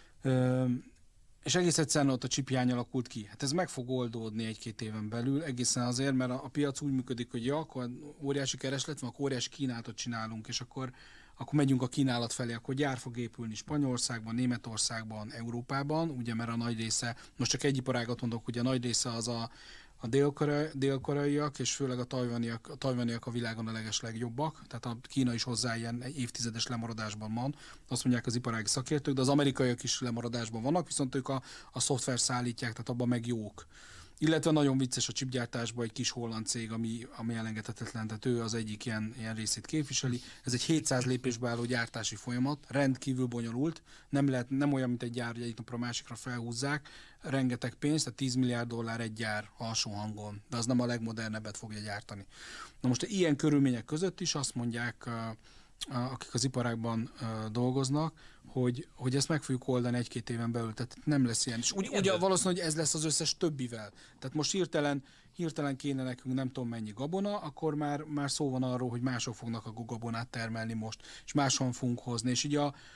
és egész egyszerűen ott a csiphiány alakult ki. Hát ez meg fog oldódni 1-2 éven belül, egészen azért, mert a piac úgy működik, hogy akkor óriási kereslet van, akkor óriási kínálatot csinálunk, és akkor megyünk a kínálat felé, akkor gyár fog épülni Spanyolországban, Németországban, Európában, ugye, mert a nagy része, most csak egy iparágat mondok, ugye a nagy része az a dél-koreaiak, és főleg a tajvaniak a világon a legeslegjobbak, tehát a Kína is hozzá ilyen évtizedes lemaradásban van, azt mondják az iparági szakértők, de az amerikaiak is lemaradásban vannak, viszont ők a szoftver szállítják, tehát abban meg jók. Illetve nagyon vicces a chipgyártásban egy kis holland cég, ami elengedhetetlen, tehát ő az egyik ilyen részét képviseli. Ez egy 700 lépésbe álló gyártási folyamat, rendkívül bonyolult, nem olyan, mint egy gyár, hogy egyik napra a másikra felhúzzák, rengeteg pénz, tehát $10 milliárd egy gyár alsó hangon, de az nem a legmodernebbet fogja gyártani. Na most ilyen körülmények között is azt mondják, akik az iparágban dolgoznak, hogy ezt meg fogjuk oldani 1-2 éven belül, tehát nem lesz ilyen. És ugye valószínűleg, hogy ez lesz az összes többivel. Tehát most hirtelen kéne nekünk nem tudom mennyi gabona, akkor már szó van arról, hogy mások fognak a gabonát termelni most, és máshol fogunk hozni. És így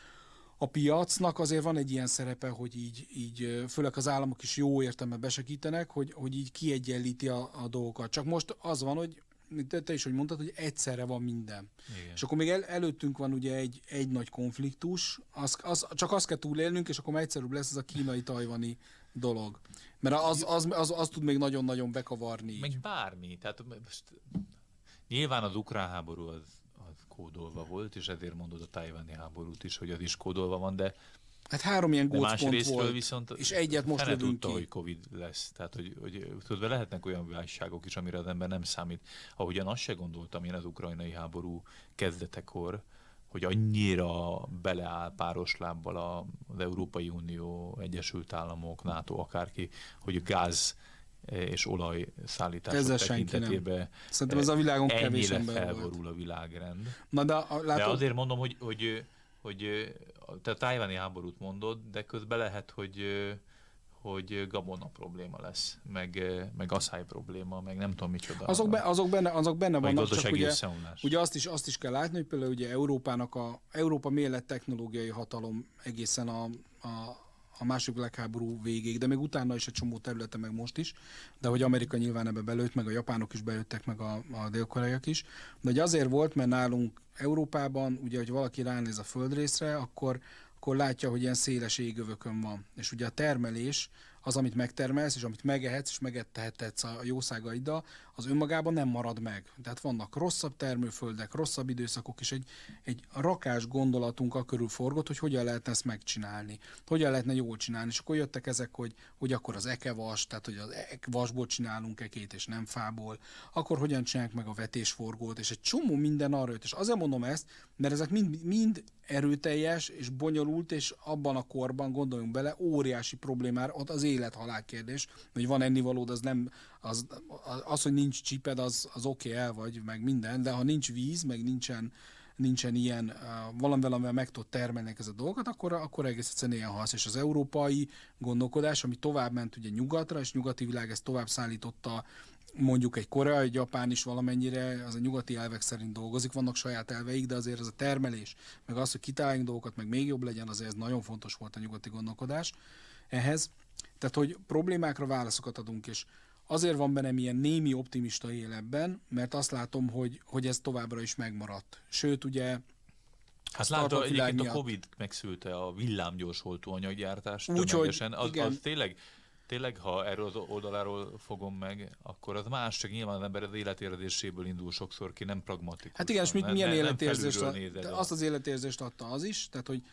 a piacnak azért van egy ilyen szerepe, hogy így főleg az államok is jó értelemben besegítenek, hogy így kiegyenlíti a dolgokat. Csak most az van, hogy te is, hogy mondtad, hogy egyszerre van minden. Igen. És akkor még előttünk van ugye egy nagy konfliktus, csak azt kell túlélnünk, és akkor már egyszerűbb lesz ez a kínai-tajvani dolog. Mert az tud még nagyon-nagyon bekavarni. Meg bármi. Tehát most, nyilván az ukrán háború az kódolva volt, és ezért mondod a tajvani háborút is, hogy az is kódolva van, de hát 3 ilyen gócpont volt, viszont és egyet most lövünk tudta, hogy Covid lesz. Tehát, hogy tudod, lehetnek olyan válságok is, amire az ember nem számít. Ahogyan azt se gondoltam én az ukrajnai háború kezdetekor, hogy annyira beleáll páros lábbal az Európai Unió, Egyesült Államok, NATO, akárki, hogy gáz és olaj szállítások tekintetében szerintem ez a világon kevés ember felborul a világrend. Na de azért mondom, hogy te a tajvani háborút mondod, de közben lehet, hogy gabona probléma lesz, meg asszály probléma, meg nem tudom micsoda. Azok benne vannak, csak ugye azt is kell látni, hogy például ugye Európa miért lett technológiai hatalom egészen a második világháború végéig, de még utána is egy csomó területen, meg most is, de hogy Amerika nyilván ebbe belőtt, meg a japánok is belőttek, meg a dél-koreaiak is. De ugye azért volt, mert nálunk Európában, ugye, hogy valaki ránéz a földrészre, akkor látja, hogy ilyen széles égövökön van. És ugye a termelés, az, amit megtermelsz, és amit megehetsz, és megettehetsz a jószágaiddal, az önmagában nem marad meg. Tehát vannak rosszabb termőföldek, rosszabb időszakok, és egy rakás gondolatunk a körül forgott, hogy hogyan lehetne ezt megcsinálni. Hogyan lehetne jól csinálni. És akkor jöttek ezek, hogy akkor az ekevas, tehát hogy az vasból csinálunk ekét, és nem fából. Akkor hogyan csináljuk meg a vetésforgót, és egy csomó minden arra jött. És azért mondom ezt, mert ezek mind erőteljes és bonyolult, és abban a korban, gondoljunk bele, óriási problémára, ott az élet-halál kérdés, hogy van ennivalód, az nem, az hogy nincs csiped, az oké, el vagy, meg minden, de ha nincs víz, meg nincsen ilyen valamivel meg tud termelni ez a dolgokat, akkor egész egyszerűen ilyen halsz. És az európai gondolkodás, ami tovább ment ugye nyugatra, és nyugati világ ezt tovább szállította, mondjuk egy Korea, egy Japán is valamennyire, az a nyugati elvek szerint dolgozik, vannak saját elveik, de azért ez a termelés, meg az, hogy kitaláljunk dolgokat, meg még jobb legyen, azért ez nagyon fontos volt a nyugati gondolkodás ehhez. Tehát, hogy problémákra válaszokat adunk, és azért van bennem ilyen némi optimista él ebben, mert azt látom, hogy ez továbbra is megmaradt. Sőt, ugye hát látod, egyébként a Covid megszülte a villámgyors oltóanyaggyártást tömegesen. Az tényleg tényleg, ha erről az oldaláról fogom meg, akkor az más, csak nyilván az ember az életérzéséből indul sokszor ki, nem pragmatikus. Hát igen, és milyen életérzést azt az életérzést adta az is, tehát hogy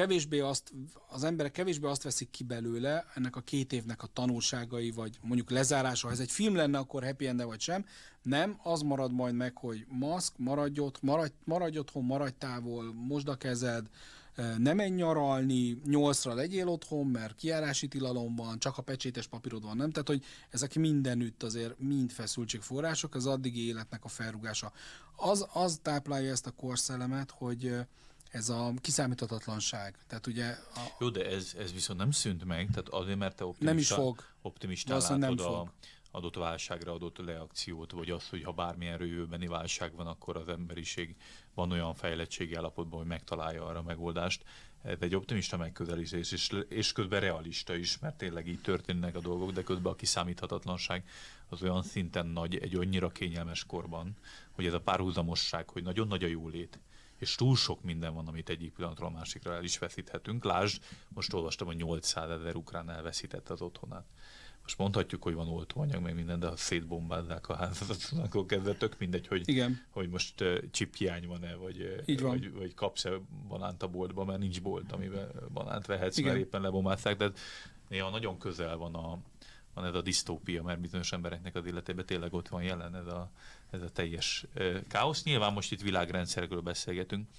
az emberek kevésbé azt veszik ki belőle, ennek a 2 évnek a tanulságai, vagy mondjuk lezárása, ha ez egy film lenne, akkor happy end vagy sem. Nem, az marad majd meg, hogy maszk, maradj otthon, maradj távol, mosd a kezed, ne menj nyaralni, 8-ra legyél otthon, mert kijárási tilalom van, csak a pecsétes papírod van, nem? Tehát, hogy ezek mindenütt azért mind feszültségforrások, az addigi életnek a felrúgása. Az táplálja ezt a korszellemet, hogy ez a kiszámíthatatlanság. Tehát ugye Jó, de ez viszont nem szűnt meg, tehát azért, mert te optimistán látod a adott válságra adott reakciót, vagy az, hogy ha bármilyen jövőbeni válság van, akkor az emberiség van olyan fejlettségi állapotban, hogy megtalálja arra a megoldást. Ez egy optimista megközelítés, és közben realista is, mert tényleg így történnek a dolgok, de közben a kiszámíthatatlanság az olyan szinten nagy, egy annyira kényelmes korban, hogy ez a párhuzamosság, hogy nagyon nagy a jólét, és túl sok minden van, amit egyik pillanatról a másikra el is veszíthetünk. Lásd, most olvastam, hogy 800 000 ukrán elveszítette az otthonát. Most mondhatjuk, hogy van oltóanyag, meg minden, de ha szétbombázzák a házat, akkor kezdve tök mindegy, hogy most chiphiány van-e, vagy kapsz-e banánt a boltba, mert nincs bolt, amiben banánt vehetsz, igen, mert éppen lebombázták, de néha nagyon közel van ez a disztópia, mert bizonyos embereknek az életében tényleg ott van jelen ez a teljes káosz. Nyilván most itt világrendszerekről beszélgetünk,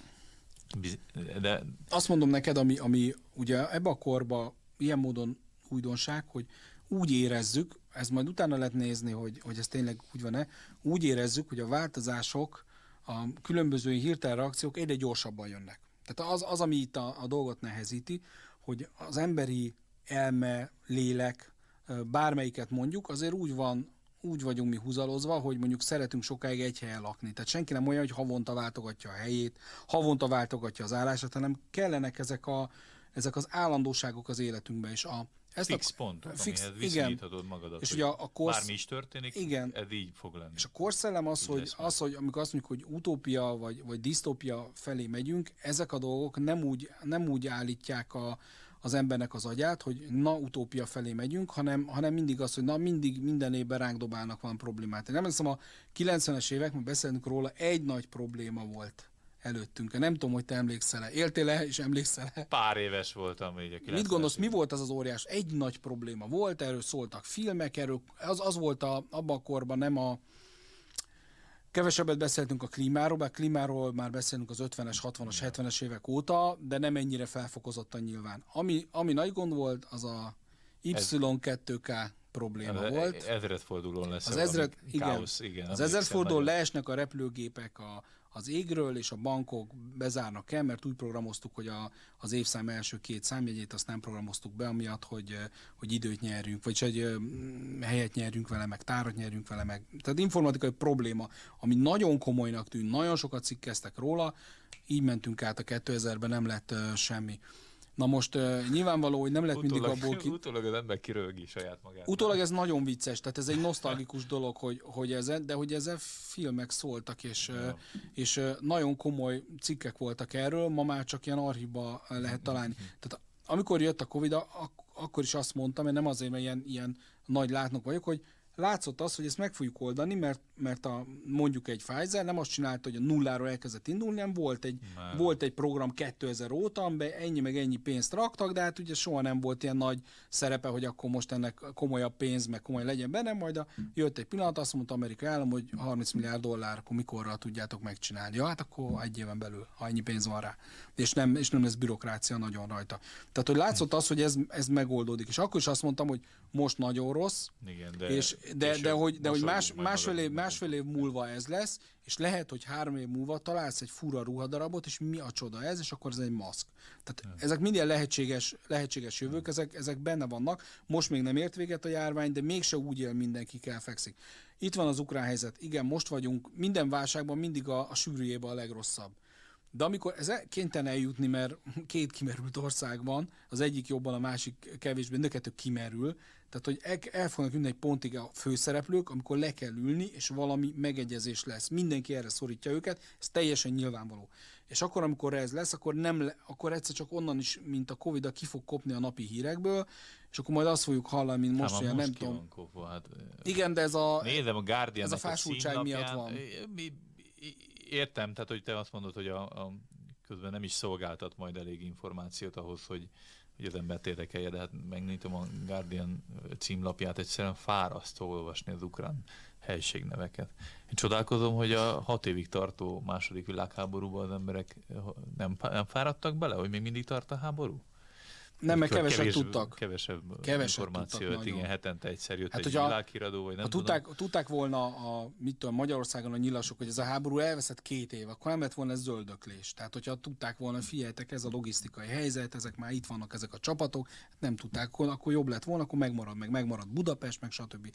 de... Azt mondom neked, ami ugye ebbe a korba ilyen módon újdonság, hogy úgy érezzük, ez majd utána lehet nézni, hogy ez tényleg úgy van-e, úgy érezzük, hogy a változások, a különböző hirtelen reakciók egyre gyorsabban jönnek. Tehát az ami itt a dolgot nehezíti, hogy az emberi elme, lélek, bármelyiket mondjuk, azért úgy vagyunk mi húzalozva, hogy mondjuk szeretünk sokáig egy helyen lakni. Tehát senki nem olyan, hogy havonta váltogatja a helyét, havonta váltogatja az állását, hanem kellenek ezek az állandóságok az életünkben. És fix pont, amihez viszonyíthatod magadat, és hogy bármi is történik, igen, ez így fog lenni. És a korszellem az, hogy amikor azt mondjuk, hogy utópia vagy disztópia felé megyünk, ezek a dolgok nem úgy állítják az embernek az agyát, hogy na utópia felé megyünk, hanem mindig az, hogy na mindig minden évben ránk dobálnak van problémát. Én nem hiszem, a 90-es években beszélünk róla, egy nagy probléma volt előttünk. Nem tudom, hogy te emlékszel-e. Éltél-e és emlékszel-e? Pár éves voltam így a 90-es. Mit gondolsz, mi volt az óriás? Egy nagy probléma volt, erről szóltak filmek, az volt abban a korban nem kevesebbet beszéltünk a klímáról, bár klímáról már beszélünk az 50-es, 60-as, 70-es évek óta, de nem ennyire felfokozottan nyilván. Ami nagy gond volt, az a Y2K probléma volt. Ezredfordulón lesz káosz. Igen, az ezredfordulón leesnek a repülőgépek az égről, és a bankok bezárnak el, mert úgy programoztuk, hogy az évszám első 2 számjegyét azt nem programoztuk be, amiatt, hogy időt nyerjünk, vagy egy helyet nyerjünk vele, meg tárat nyerjünk vele, meg. Tehát informatikai probléma, ami nagyon komolynak tűnt, nagyon sokat cikkeztek róla, így mentünk át a 2000-ben, nem lett semmi. Na most nyilvánvaló, hogy nem lett mindig abból ki... Utólag az ember kirögi saját magát. Utólag ez nagyon vicces, tehát ez egy nosztalgikus dolog, hogy ezzel filmek szóltak, és nagyon komoly cikkek voltak erről, ma már csak ilyen archívba lehet találni. Tehát amikor jött a Covid, akkor is azt mondtam, én nem azért, mert ilyen nagy látnok vagyok, hogy látszott az, hogy ezt meg fogjuk oldani, mert mondjuk egy Pfizer nem azt csinálta, hogy a nulláról elkezdett indulni, nem volt egy program 2000 óta, amiben ennyi meg ennyi pénzt raktak, de hát ugye soha nem volt ilyen nagy szerepe, hogy akkor most ennek komolyabb pénz, meg komoly legyen benne, majd jött egy pillanat, azt mondta Amerikai állam, hogy $30 milliárd, akkor mikorra tudjátok megcsinálni. Ja, hát akkor 1 éven belül, ha ennyi pénz van rá. És nem lesz bürokrácia nagyon rajta. Tehát, hogy látszott az, hogy ez megoldódik. És akkor is azt mondtam, hogy most nagyon rossz, igen, de hogy másfél év múlva ez lesz, és lehet, hogy 3 év múlva találsz egy fura ruhadarabot, és mi a csoda ez, és akkor ez egy maszk. Tehát ezek minden lehetséges jövők, ezek benne vannak. Most még nem ért véget a járvány, de mégse úgy él mindenki, elfekszik. Itt van az ukrán helyzet. Igen, most vagyunk, minden válságban mindig a sűrűjében a legrosszabb. De amikor ez kénytelen eljutni, mert két kimerült ország van, az egyik jobban, a másik kevésbé, de kettő kimerül, tehát hogy el fognak ülni egy pontig a főszereplők, amikor le kell ülni, és valami megegyezés lesz. Mindenki erre szorítja őket, ez teljesen nyilvánvaló. És akkor, amikor ez lesz, akkor egyszer csak onnan is, mint a Covid-a ki fog kopni a napi hírekből, és akkor majd azt fogjuk hallani, mint most, hogy nem tudom. Igen, de nézem a Guardian, ez a fásultság miatt van. Értem, tehát hogy te azt mondod, hogy közben nem is szolgáltat majd elég információt ahhoz, hogy az embert érdekelje, de hát megnyitom a Guardian címlapját, egyszerűen fárasztó olvasni az ukrán helységneveket. Én csodálkozom, hogy a 6 évig tartó második világháborúban az emberek nem fáradtak bele, hogy még mindig tart a háború? Nem, mert kevesebb tudtak. Kevesebb információ, tudtak, igen, hetente egyszer jött hát, egy világhíradó, vagy nem tudom. Tudták volna Magyarországon a nyilasok, hogy ez a háború elveszett 2 év, akkor nem lett volna ez zöldöklés. Tehát, hogyha tudták volna, figyeljetek, ez a logisztikai helyzet, ezek már itt vannak, ezek a csapatok, nem tudták, akkor jobb lett volna, akkor megmarad Budapest, meg stb.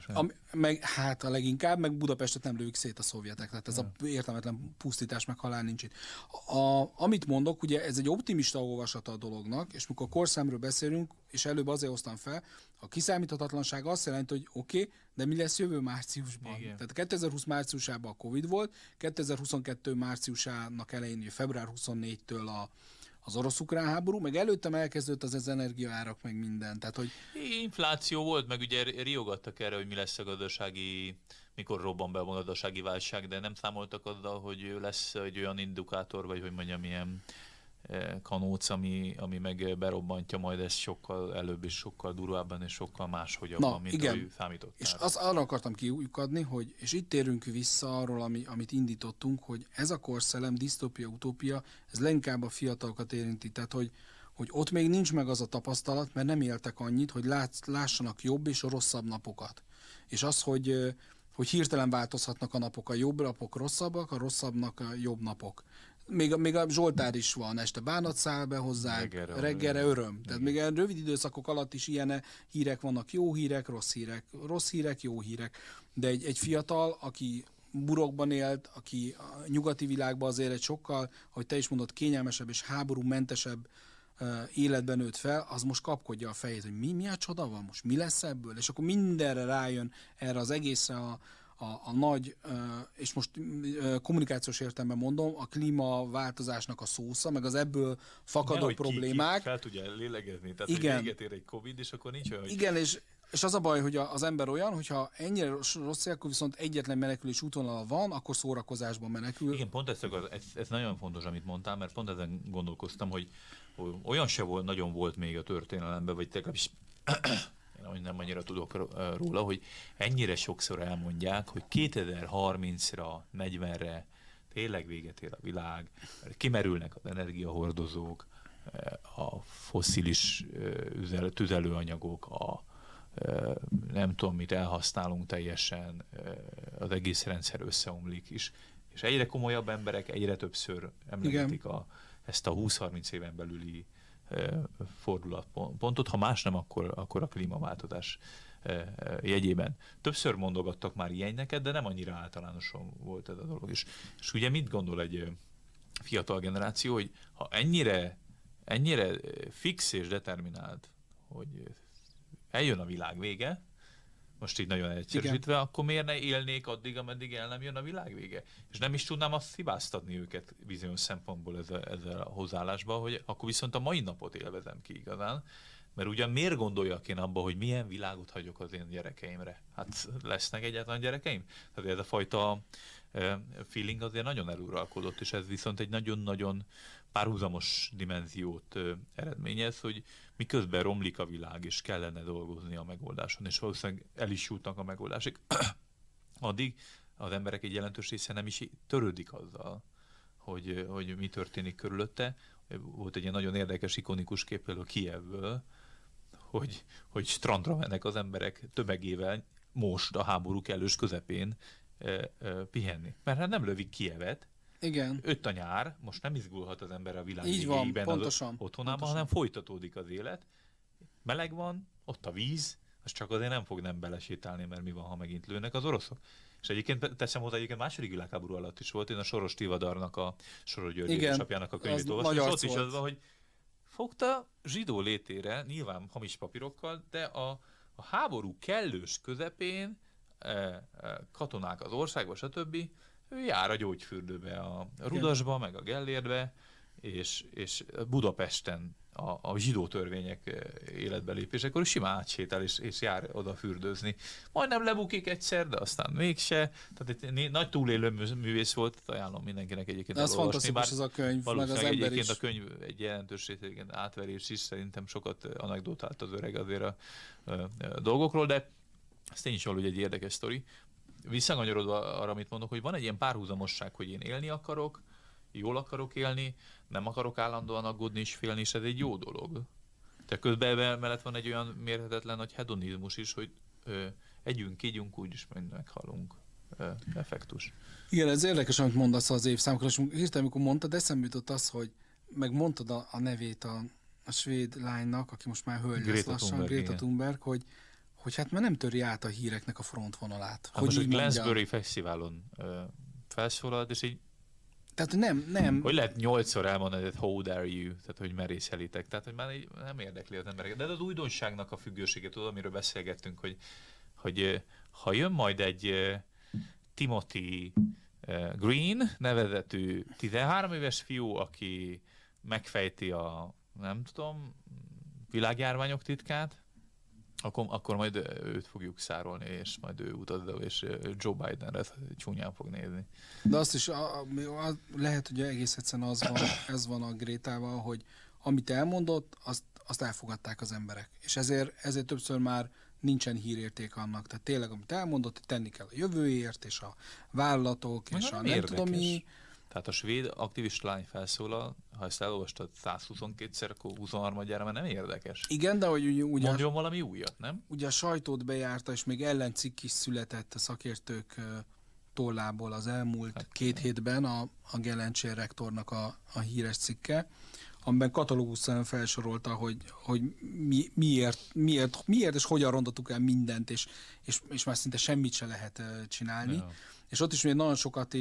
Hát a leginkább, meg Budapestet nem lőjük szét a szovjetek, tehát ez a értelmetlen pusztítás, meg halál nincs itt. Amit mondok, ugye ez egy optimista olvasata a dolognak, és mikor korszámról beszélünk, és előbb azért hoztam fel, a kiszámíthatatlanság azt jelenti, hogy oké, de mi lesz jövő márciusban? Igen. Tehát 2020 márciusában a Covid volt, 2022 márciusának elején, február 24-től az orosz-ukrán háború, meg előttem elkezdődött az energiaárak, meg minden. Tehát, hogy... Infláció volt, meg ugye riogattak erre, hogy mi lesz a gazdasági, mikor robban be a gazdasági válság, de nem számoltak azzal, hogy lesz egy olyan indikátor, vagy hogy mondjam, ilyen kanóc, ami meg berobbantja majd ezt sokkal előbb és sokkal durvábban és sokkal máshogyan, mint ahogy számítottál. És arra akartam kiukadni, hogy, és itt térünk vissza arról, amit indítottunk, hogy ez a korszellem, disztópia, utópia, ez leginkább a fiatalokat érinti. Tehát, hogy ott még nincs meg az a tapasztalat, mert nem éltek annyit, hogy lássanak jobb és rosszabb napokat. És az, hogy hirtelen változhatnak a napok, a jobb napok rosszabbak, a rosszabbnak a jobb napok. Még a Zsoltár is van, este bánat száll be hozzánk, reggelre öröm. Tehát még olyan rövid időszakok alatt is ilyen hírek vannak, jó hírek, rossz hírek, jó hírek. De egy fiatal, aki burokban élt, aki a nyugati világban azért egy sokkal, ahogy te is mondod, kényelmesebb és háborúmentesebb életben nőtt fel, az most kapkodja a fejét, hogy mi a csoda van most, mi lesz ebből, és akkor mindenre rájön erre az egészre a nagy, és most kommunikációs értelemben mondom, a klímaváltozásnak a szósza, meg az ebből fakadó problémák. Ki fel tudja lélegezni, tehát igen. Hogy véget ér egy Covid, és akkor nincs olyan, hogy... Igen, és az a baj, hogy az ember olyan, hogyha ennyire rossz, akkor viszont egyetlen menekülés útvonala van, akkor szórakozásban menekül. Igen, pont ez nagyon fontos, amit mondtál, mert pont ezen gondolkoztam, hogy olyan se volt, nagyon volt még a történelemben, vagy legalábbis én nem annyira tudok róla, hogy ennyire sokszor elmondják, hogy 2030-ra, 40-re tényleg véget ér a világ, kimerülnek az energiahordozók, a fosszilis tüzelőanyagok, nem tudom mit elhasználunk teljesen, az egész rendszer összeomlik is. És egyre komolyabb emberek egyre többször emlegetik ezt a 20-30 éven belüli fordulatpontot, ha más nem, akkor a klímaváltozás jegyében. Többször mondogattak már ilyeneket, de nem annyira általánosan volt ez a dolog is. És ugye mit gondol egy fiatal generáció, hogy ha ennyire fix és determinált, hogy eljön a világ vége, most így nagyon egyszerűsítve, akkor miért ne élnék addig, ameddig el nem jön a világ vége? És nem is tudnám azt hibáztatni őket bizonyos szempontból ezzel a hozzáállásban, hogy akkor viszont a mai napot élvezem ki igazán, mert ugyan miért gondoljak én abba, hogy milyen világot hagyok az én gyerekeimre? Hát lesznek egyáltalán gyerekeim? Tehát ez a fajta feeling azért nagyon eluralkodott, és ez viszont egy nagyon-nagyon párhuzamos dimenziót eredményez, hogy miközben romlik a világ, és kellene dolgozni a megoldáson, és valószínűleg el is jutnak a megoldásig, addig az emberek egy jelentős része nem is törődik azzal, hogy mi történik körülötte. Volt egy ilyen nagyon érdekes, ikonikus kép például Kijevből, hogy strandra mennek az emberek tömegével most a háború kellős közepén pihenni. Mert hát nem lövik Kijevet, igen. 5 a nyár, most nem izgulhat az ember a világ így van, pontosan, otthonában, hanem folytatódik az élet. Meleg van, ott a víz, az csak azért nem fog nem belesétálni, mert mi van, ha megint lőnek az oroszok. És egyébként teszem hozzá, egyébként második világháború alatt is volt, én a Soros Tivadarnak, a Soros György édesapjának a könyvét olvastam, és ott is az van, hogy fogta zsidó létére, nyilván hamis papírokkal, de a háború kellős közepén katonák az országba, stb. Ő jár a gyógyfürdőbe, a Rudasba, meg a Gellérbe, és Budapesten a zsidó törvények életbelépésekor simán átsétál, és jár oda fürdőzni. Majdnem lebukik egyszer, de aztán mégse. Tehát egy nagy túlélő művész volt, ajánlom mindenkinek egyébként elolvasni. Az fantasztikus ez a könyv, meg az ember egyébként is. A könyv egy jelentős átverés is, szerintem sokat anekdotált az öreg azért a dolgokról, de ez tény is valahogy egy érdekes sztori. Visszakanyarodva arra, amit mondok, hogy van egy ilyen párhuzamosság, hogy én élni akarok, jól akarok élni, nem akarok állandóan aggódni és félni, és ez egy jó dolog. Tehát közben mellett van egy olyan mérhetetlen nagy hedonizmus is, hogy együnk, ígyunk, úgyis majd meghalunk. Effektus. Igen, ez érdekes, amit mondasz az évszámokról, és hirtelen, amikor mondtad, eszembe jutott az, hogy megmondtad a nevét a svéd lánynak, aki most már hölgy lesz lassan, Greta Thunberg, hogy hát már nem töri át a híreknek a frontvonalát. Hát most a Glastonbury Fesztiválon felszólalt, és így tehát nem. Hogy lehet 8-szor elmondani, hogy how dare you, tehát hogy merészelitek, tehát hogy már nem érdekli az embereket. De az újdonságnak a függőséget, tudod, amiről beszélgettünk, hogy ha jön majd egy Timothy Green nevezetű 13 éves fiú, aki megfejti a, nem tudom, világjárványok titkát, akkor majd őt fogjuk szárolni, és majd ő utazza, és Joe Bidenre csúnyán fog nézni. De azt is lehet, hogy egész egyszerűen ez van a Grétával, hogy amit elmondott, azt elfogadták az emberek. És ezért többször már nincsen hírérték annak. Tehát tényleg, amit elmondott, hogy tenni kell a jövőért, és a vállalatok, és a nem tudom mi. Tehát a svéd aktivista lány felszólal, ha ezt elolvastad 122-szer, akkor 23-jára már nem érdekes. Igen, de hogy ugye... Mondjon valami újat, nem? Ugye a sajtót bejárta, és még ellencikk is született a szakértők tollából az elmúlt 2 hétben a Gelencsér rektornak a híres cikke, amiben katalógusan felsorolta, hogy miért és hogyan rontottuk el mindent, és már szinte semmit se lehet csinálni. Ja. És ott is még nagyon sokat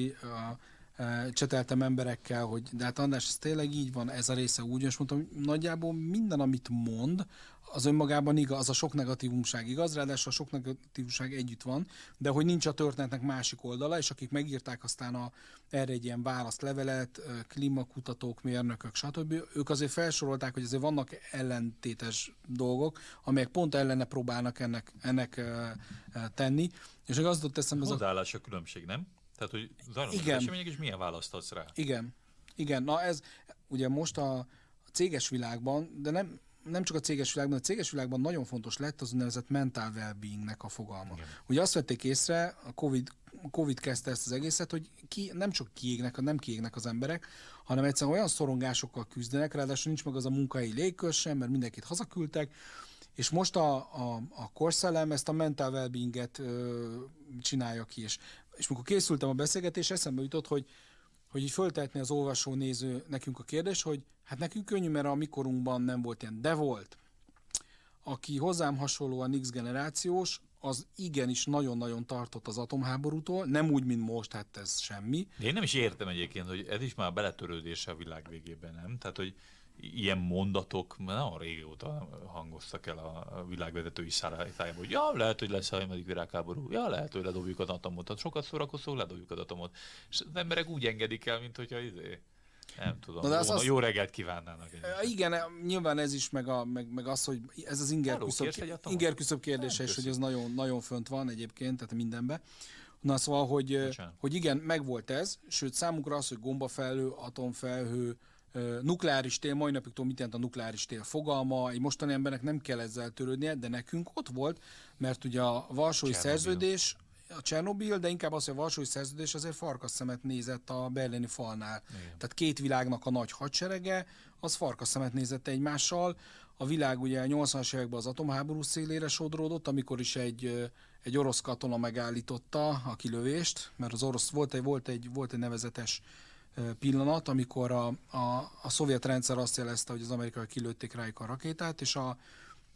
cseteltem emberekkel, hogy de hát András, ez tényleg így van, ez a része úgy, és mondtam, hogy nagyjából minden, amit mond, az önmagában igaz, az a sok negatívumság igaz, ráadásul a sok negatívumság együtt van, de hogy nincs a történetnek másik oldala, és akik megírták aztán erre egy ilyen válaszlevelet, klímakutatók, mérnökök, stb., ők azért felsorolták, hogy azért vannak ellentétes dolgok, amelyek pont ellene próbálnak ennek tenni, és az jutott eszembe... Hozzáállás a különbség, nem? Tehát, hogy zajlanak az események, és milyen választ adsz rá? Igen. Na ez ugye most a céges világban, de nem csak a céges világban, a céges világban nagyon fontos lett az úgynevezett mental well-beingnek a fogalma. Igen. Ugye azt vették észre, a Covid kezdte ezt az egészet, hogy nem csak nem kiégnek az emberek, hanem egyszerűen olyan szorongásokkal küzdenek, ráadásul nincs meg az a munkahelyi légkör sem, mert mindenkit hazaküldtek, és most a korszellem ezt a mental well-beinget csinálja ki, és mikor készültem a beszélgetésre, eszembe jutott, hogy így föltehetné az olvasó néző nekünk a kérdés, hogy hát nekünk könnyű, mert a mikorunkban nem volt ilyen, de volt. Aki hozzám hasonlóan X generációs, az igenis nagyon-nagyon tartott az atomháborútól, nem úgy, mint most, hát ez semmi. De én nem is értem egyébként, hogy ez is már beletörődése a világ végében, nem? Tehát, hogy ilyen mondatok nagyon régóta hangoztak el a világvezetői szájába, hogy ja, lehet, hogy lesz a harmadik világháború, ja, lehet, hogy ledobjuk az atomot, hát sokat szórakozó, ledobjuk az atomot. És az emberek úgy engedik el, mint hogyha nem tudom, jó reggelt kívánnának. Igen, nyilván ez is, meg az, hogy ez az ingerküszöbb kérdése is, hogy ez nagyon, nagyon fönt van egyébként, tehát mindenben. Na szóval, hogy igen, megvolt ez, sőt számukra az, hogy gombafelhő, atomfelhő, nukleáris tél, mai napig tudom, mit jelent a nukleáris tél fogalma, egy mostani embernek nem kell ezzel törődnie, de nekünk ott volt, mert ugye a Varsói Szerződés, a Csernobil, de inkább az, hogy a Varsói Szerződés azért farkasszemet nézett a berlini falnál. Igen. Tehát 2 világnak a nagy hadserege, az farkasszemet nézett egymással. A világ ugye 80-as években az atomháború szélére sodródott, amikor is egy orosz katona megállította a kilövést, mert az orosz volt egy nevezetes pillanat, amikor a szovjet rendszer azt jelezte, hogy az amerikai kilőtték rájuk a rakétát, és a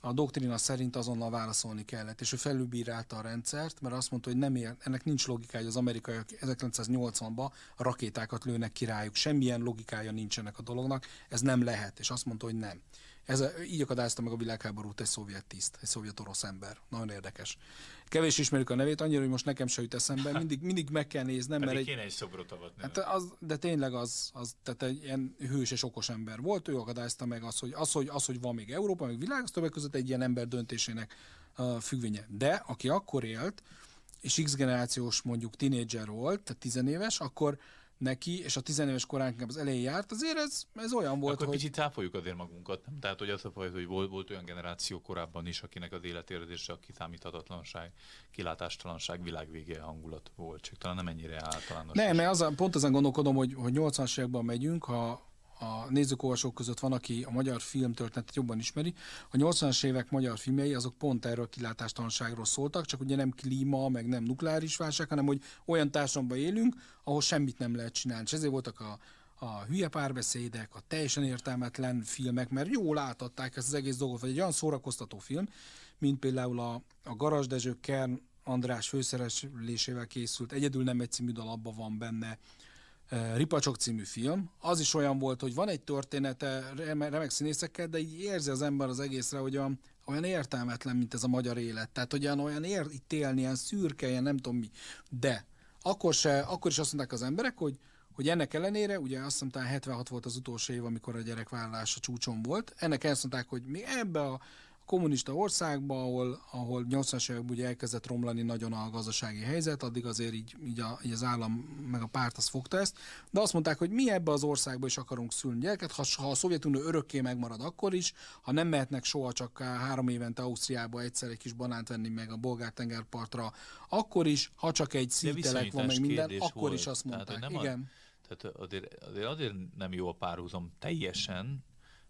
a doktrína szerint azonnal válaszolni kellett, és ő felülbírálta a rendszert, mert azt mondta, hogy nem ennek nincs logikája, hogy az amerikaiak 1980-ban rakétákat lőnek ki rájuk. Semmilyen logikája nincs ennek a dolognak, ez nem lehet, és azt mondta, hogy nem. Így akadályozta meg a világháborút egy szovjet tiszt, egy szovjet orosz ember. Nagyon érdekes. Kevés ismerjük a nevét, annyira, hogy most nekem se jut eszembe, mindig meg kell néznem, mert kéne egy szobrot avatni. Hát de tényleg az tehát egy ilyen hős és okos ember volt, ő akadályozta meg hogy van még Európa, meg világ, az többek között egy ilyen ember döntésének függvénye. De aki akkor élt, és X generációs mondjuk tinédzser volt, tehát 10 éves, akkor neki, és a 10 éves korán az elején járt, azért ez olyan volt, akkor hogy... picit cáfoljuk azért magunkat, nem? Tehát, hogy az a faj, hogy volt olyan generáció korábban is, akinek az életérzése a kiszámíthatatlanság, kilátástalanság, világvége hangulat volt, csak talán nem ennyire általános. Nem, mert pont ezen gondolkodom, hogy 80-as években megyünk, ha a nézők-olvasók között van, aki a magyar filmtörténetet jobban ismeri. A 80-as évek magyar filmjei azok pont erről a kilátástalanságról szóltak, csak ugye nem klíma, meg nem nukleáris válság, hanem hogy olyan társadalomban élünk, ahol semmit nem lehet csinálni. És ezért voltak a hülye párbeszédek, a teljesen értelmetlen filmek, mert jól átadták ezt az egész dolgot, vagy egy olyan szórakoztató film, mint például a Garas Dezső Kern András főszereplésével készült Egyedül nem egy című dal, abban van benne, Ripacsok című film, az is olyan volt, hogy van egy története remek színészekkel, de így érzi az ember az egészre, hogy olyan értelmetlen, mint ez a magyar élet. Tehát olyan itt élni, ilyen szürke, ilyen nem tudom mi. De akkor is azt mondták az emberek, hogy ennek ellenére, ugye azt hiszem, talán 76 volt az utolsó év, amikor a gyerekvállalás a csúcson volt, ennek azt mondták, hogy még ebbe a kommunista országban, ahol 80-as években ugye elkezdett romlani nagyon a gazdasági helyzet, addig azért így az állam meg a párt az fogta ezt, de azt mondták, hogy mi ebbe az országba is akarunk szülni gyereket, ha a Szovjetunió örökké megmarad akkor is, ha nem mehetnek soha csak 3 évente Ausztriába egyszer egy kis banánt venni meg a bolgár tengerpartra, akkor is, ha csak egy szítelek van meg minden, akkor volt. Is azt mondták. Tehát, igen. Tehát azért nem jó a párhuzam teljesen,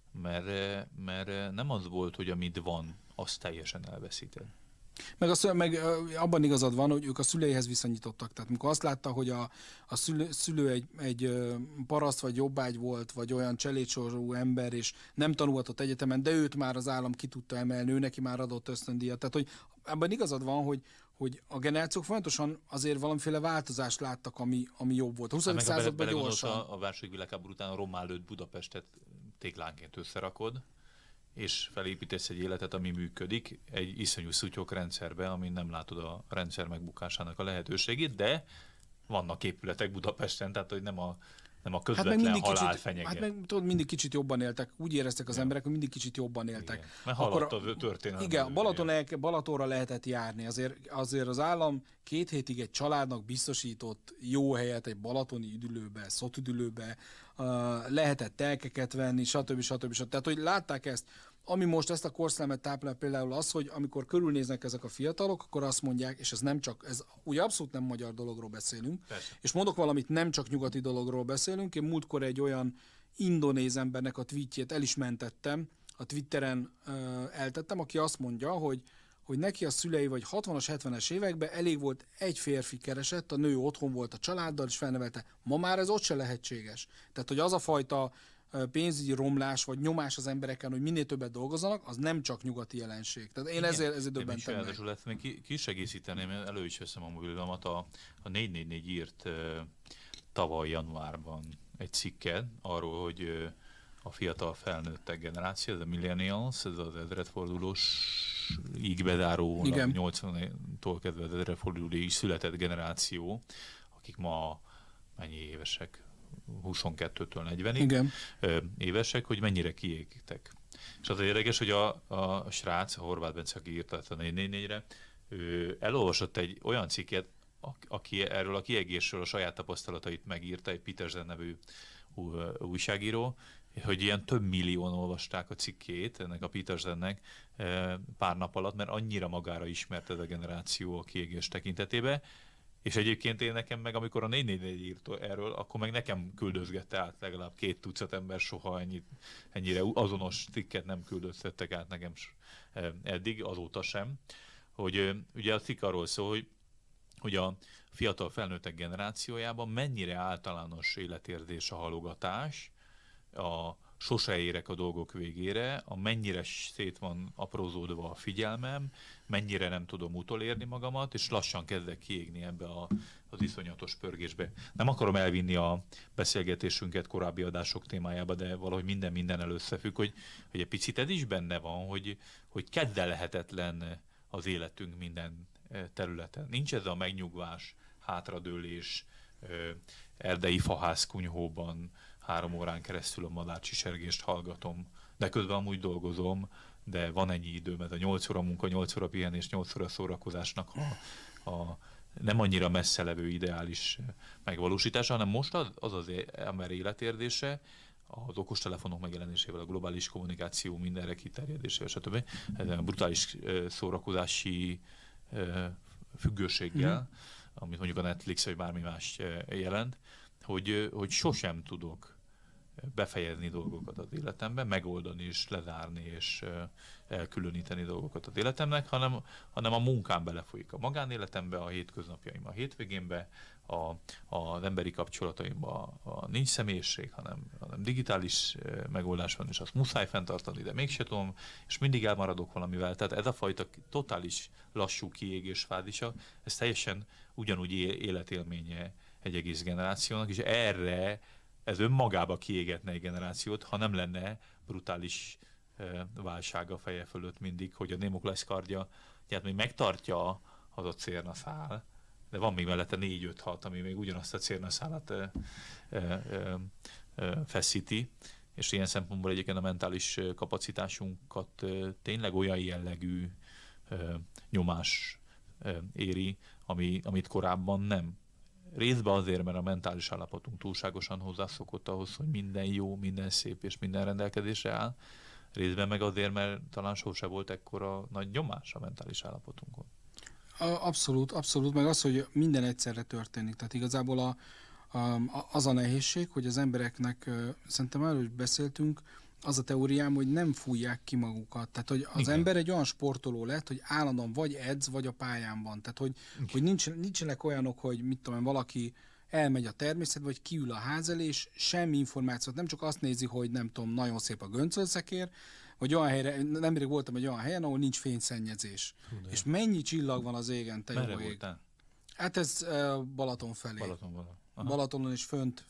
mert nem az volt, hogy amit van, azt teljesen elveszíted. Meg abban igazad van, hogy ők a szüleihez viszonyítottak. Tehát amikor azt látta, hogy a szülő egy paraszt vagy jobbágy volt, vagy olyan cselédsorú ember, és nem tanulhatott egyetemen, de őt már az állam ki tudta emelni, ő neki már adott ösztöndíjat. Tehát, hogy abban igazad van, hogy a generációk folyamatosan azért valamiféle változást láttak, ami jobb volt. A 20. században gyorsan. A második világháború után a rommá lőtt Budapestet téglánként összerakod, és felépítesz egy életet, ami működik, egy iszonyú szutyok rendszerbe, amin nem látod a rendszer megbukásának a lehetőségét, de vannak épületek Budapesten, tehát hogy nem a közvetlen halál fenyeget. Hát meg tudod, mindig kicsit jobban éltek. Úgy éreztek az emberek, hogy mindig kicsit jobban éltek. Igen. Mert haladt a történet. Igen, Balatonra lehetett járni. Azért az állam 2 hétig egy családnak biztosított jó helyet egy balatoni üdülőbe, szotüdülőbe, lehetett telkeket venni, stb. Tehát, hogy látták ezt. Ami most ezt a korszellmet táplál például az, hogy amikor körülnéznek ezek a fiatalok, akkor azt mondják, és ez nem csak, ez ugye abszolút nem magyar dologról beszélünk, persze. És mondok valamit, nem csak nyugati dologról beszélünk, én múltkor egy olyan indonéz embernek a tweetjét el is mentettem, a Twitteren eltettem, aki azt mondja, hogy neki a szülei vagy 60-as, 70-es években elég volt egy férfi keresett, a nő otthon volt a családdal, és felnevelte. Ma már ez ott se lehetséges. Tehát, hogy az a fajta pénzügyi romlás vagy nyomás az embereken, hogy minél többet dolgozzanak, az nem csak nyugati jelenség. Tehát én ezért döbbentem meg. Lehet, még ki is egészíteném, elő is veszem a mobilomat, a 444 írt tavaly januárban egy cikket arról, hogy a fiatal felnőttek generáció, ez a millennials, ez az ezredfordulós ígbedáró, 80-tól kezdve az ezredfordulóig született generáció, akik ma mennyi évesek? 22-től 40-ig évesek, hogy mennyire kiégtek. És az érdekes, hogy a srác, a Horváth Bence, aki írta ezt a 444-re, ő elolvasott egy olyan cikket, aki erről a kiégésről a saját tapasztalatait megírta, egy Petersen nevű újságíró, hogy ilyen több millióan olvasták a cikkét ennek a Petersennek pár nap alatt, mert annyira magára ismert ez a generáció a kiégés tekintetében. És egyébként én nekem meg, amikor a 444 írt erről, akkor meg nekem küldözgette át legalább 2 tucat ember, soha ennyire azonos cikket nem küldöztettek át nekem eddig, azóta sem. Hogy ugye a cikk arról szól, hogy a fiatal felnőttek generációjában mennyire általános életérzés a halogatás, a sose érek a dolgok végére, mennyire szét van aprózódva a figyelmem, mennyire nem tudom utolérni magamat, és lassan kezdek kiégni ebbe az iszonyatos pörgésbe. Nem akarom elvinni a beszélgetésünket korábbi adások témájába, de valahogy minden összefügg, hogy egy picit ez is benne van, hogy kedvelhetetlen az életünk minden területen. Nincs ez a megnyugvás, hátradőlés, erdei fahászkunyhóban 3 órán keresztül a madárcsicsergést hallgatom, de közben amúgy dolgozom, de van ennyi időm, ez a 8 óra munka, 8 óra pihenés, 8 óra szórakozásnak a nem annyira messze levő ideális megvalósítása, hanem most az ember életérzése, az okostelefonok megjelenésével, a globális kommunikáció mindenre kiterjedésével, stb. Ez a brutális szórakozási függőséggel, amit mondjuk a Netflix vagy bármi más jelent, hogy sosem tudok befejezni dolgokat az életemben, megoldani és lezárni és elkülöníteni dolgokat az életemnek, hanem a munkám belefolyik a magánéletembe, a hétköznapjaimba, a hétvégénbe, az emberi kapcsolataimba nincs személyiség, hanem digitális megoldás van, és azt muszáj fenntartani, de mégse tudom, és mindig elmaradok valamivel. Tehát ez a fajta totális lassú kiégés fázisa, ez teljesen ugyanúgy életélménye egy egész generációnak, és erre ez önmagába kiégetne egy generációt, ha nem lenne brutális válság a feje fölött mindig, hogy a Démoklesz kardja, tehát még megtartja az a cérnaszál, de van még mellette 4-5-6, ami még ugyanazt a cérnaszálat feszíti, és ilyen szempontból egyébként a mentális kapacitásunkat tényleg olyan jellegű nyomás éri, amit korábban nem. Részben azért, mert a mentális állapotunk túlságosan hozzászokott ahhoz, hogy minden jó, minden szép és minden rendelkezésre áll. Részben meg azért, mert talán sose volt ekkora nagy nyomás a mentális állapotunkon. Abszolút, meg az, hogy minden egyszerre történik. Tehát igazából az a nehézség, hogy az embereknek, szerintem erről is beszéltünk, az a teóriám, hogy nem fújják ki magukat. Tehát, hogy az ember egy olyan sportoló lett, hogy állandóan vagy edz, vagy a pályán van. Tehát, hogy nincsenek olyanok, hogy mit tudom, valaki elmegy a természetbe, vagy kiül a ház elé, és semmi információt, nem csak azt nézi, hogy nem tudom, nagyon szép a göncölszekér, vagy olyan helyre, nemrég voltam egy olyan helyen, ahol nincs fényszennyezés. És mennyi csillag van az égen, te jó ég. Hát ez Balaton felé. Balatonon és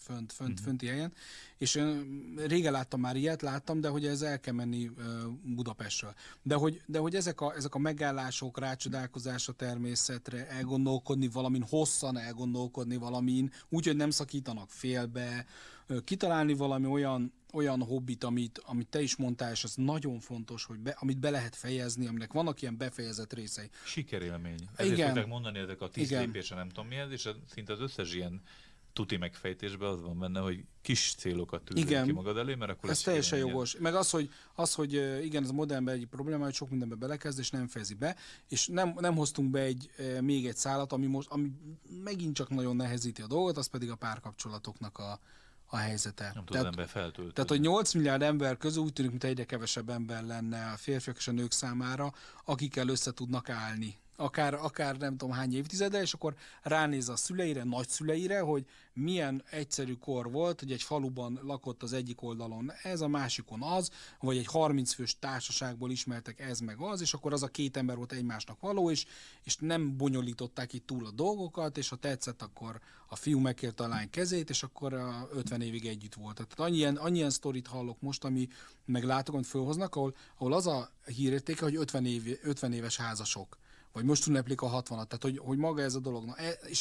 fönti helyen. És régen láttam, de hogy ez el kell menni Budapestről. De hogy ezek a megállások, rácsodálkozás a természetre, elgondolkodni valamin, hosszan elgondolkodni valamin, úgyhogy nem szakítanak félbe, kitalálni valami olyan hobbit, amit te is mondtál, és ez nagyon fontos, hogy amit be lehet fejezni, aminek vannak ilyen befejezett részei. Sikerélmény. Ezért tudják mondani ezek a 10 lépésre, nem tudom milyen, és szinte az összes ilyen tuti megfejtésben az van benne, hogy kis célokat tűzöl ki magad elé, mert akkor ez teljesen jogos. Meg az, hogy igen, ez a modernben egy probléma, hogy sok mindenbe belekezd, és nem fejezi be, és nem hoztunk be még egy szálat, ami megint csak nagyon nehezíti a dolgot, az pedig a párkapcsolatoknak a helyzete. Nem tud az ember feltölteni. Tehát, hogy 8 milliárd ember közül úgy tűnik, mint egyre kevesebb ember lenne a férfiak és a nők számára, akikkel össze tudnak állni. Akár nem tudom hány évtizede, és akkor ránéz a szüleire, nagyszüleire, hogy milyen egyszerű kor volt, hogy egy faluban lakott az egyik oldalon ez, a másikon az, vagy egy 30 fős társaságból ismertek ez meg az, és akkor az a két ember volt egymásnak való, és nem bonyolították itt túl a dolgokat, és ha tetszett, akkor a fiú megkérte a lány kezét, és akkor 50 évig együtt voltak. Tehát annyian sztorit hallok most, ami meg látok, amit fölhoznak, ahol az a hírértéke, hogy 50 éves házasok. Vagy most ünneplik a 60-at, tehát hogy maga ez a dolog. És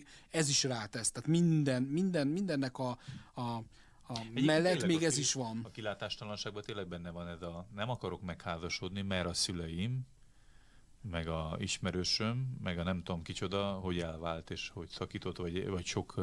ez is rátesz, tehát mindennek a mellett még ez is van. A kilátástalanságban tényleg benne van ez nem akarok megházasodni, mert a szüleim, meg a ismerősöm, meg a nem tudom kicsoda, hogy elvált, és hogy szakított, vagy sok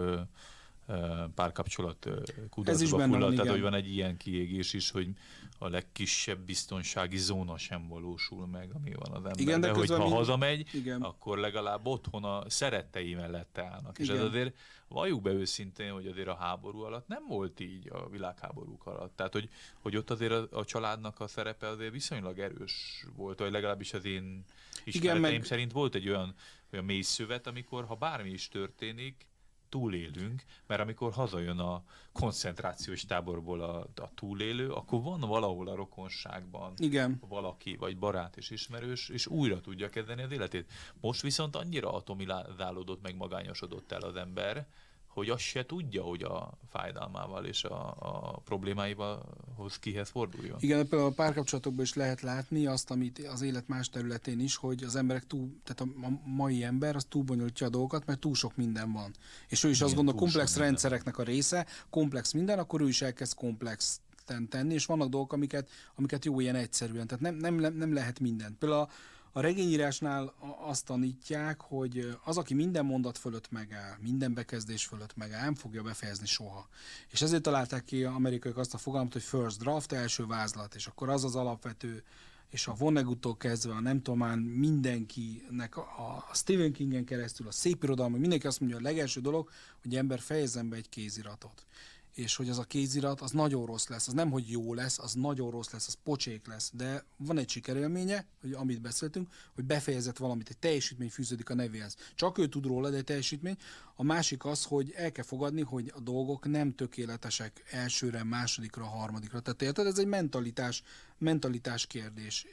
párkapcsolat kudarcba fulladt, tehát hogy van egy ilyen kiégés is, hogy a legkisebb biztonsági zóna sem valósul meg, ami van az emberben. Igen, de hogyha hazamegy, akkor legalább otthon a szerettei mellett állnak. Igen. És ez azért, valljuk be őszintén, hogy azért a háború alatt nem volt így a világháborúk alatt. Tehát, hogy ott azért a családnak a szerepe azért viszonylag erős volt, vagy legalábbis az én ismereteim szerint volt egy olyan mély szövet, amikor ha bármi is történik, túlélünk, mert amikor hazajön a koncentrációs táborból a túlélő, akkor van valahol a rokonságban Igen. valaki, vagy barát és ismerős, és újra tudja kezdeni az életét. Most viszont annyira atomizálódott, meg magányosodott el az ember, hogy azt se tudja, hogy a fájdalmával és a problémáival kihez forduljon. Igen, például a párkapcsolatokban is lehet látni azt, amit az élet más területén is, hogy az emberek tehát a mai ember az túl bonyolítja a dolgokat, mert túl sok minden van. És ő is azt gondol, komplex rendszereknek a része, komplex minden, akkor ő is elkezd komplex tenni, és vannak dolgok, amiket jó ilyen egyszerűen. Tehát nem lehet minden. Például a regényírásnál azt tanítják, hogy az, aki minden mondat fölött megáll, minden bekezdés fölött megáll, nem fogja befejezni soha. És ezért találták ki az amerikaiak azt a fogalmat, hogy first draft, első vázlat, és akkor az az alapvető, és a Vonneguttól kezdve, a nem tudom már mindenkinek, a Stephen Kingen keresztül, a szép irodalom, mindenki azt mondja, a legelső dolog, hogy ember fejezzen be egy kéziratot. És hogy az a kézirat, az nagyon rossz lesz. Az nem, hogy jó lesz, az nagyon rossz lesz, az pocsék lesz. De van egy sikerélménye, hogy amit beszéltünk, hogy befejezett valamit, egy teljesítmény fűződik a nevéhez. Csak ő tud róla, de egy teljesítmény. A másik az, hogy el kell fogadni, hogy a dolgok nem tökéletesek elsőre, másodikra, harmadikra. Tehát érted, ez egy mentalitás kérdés.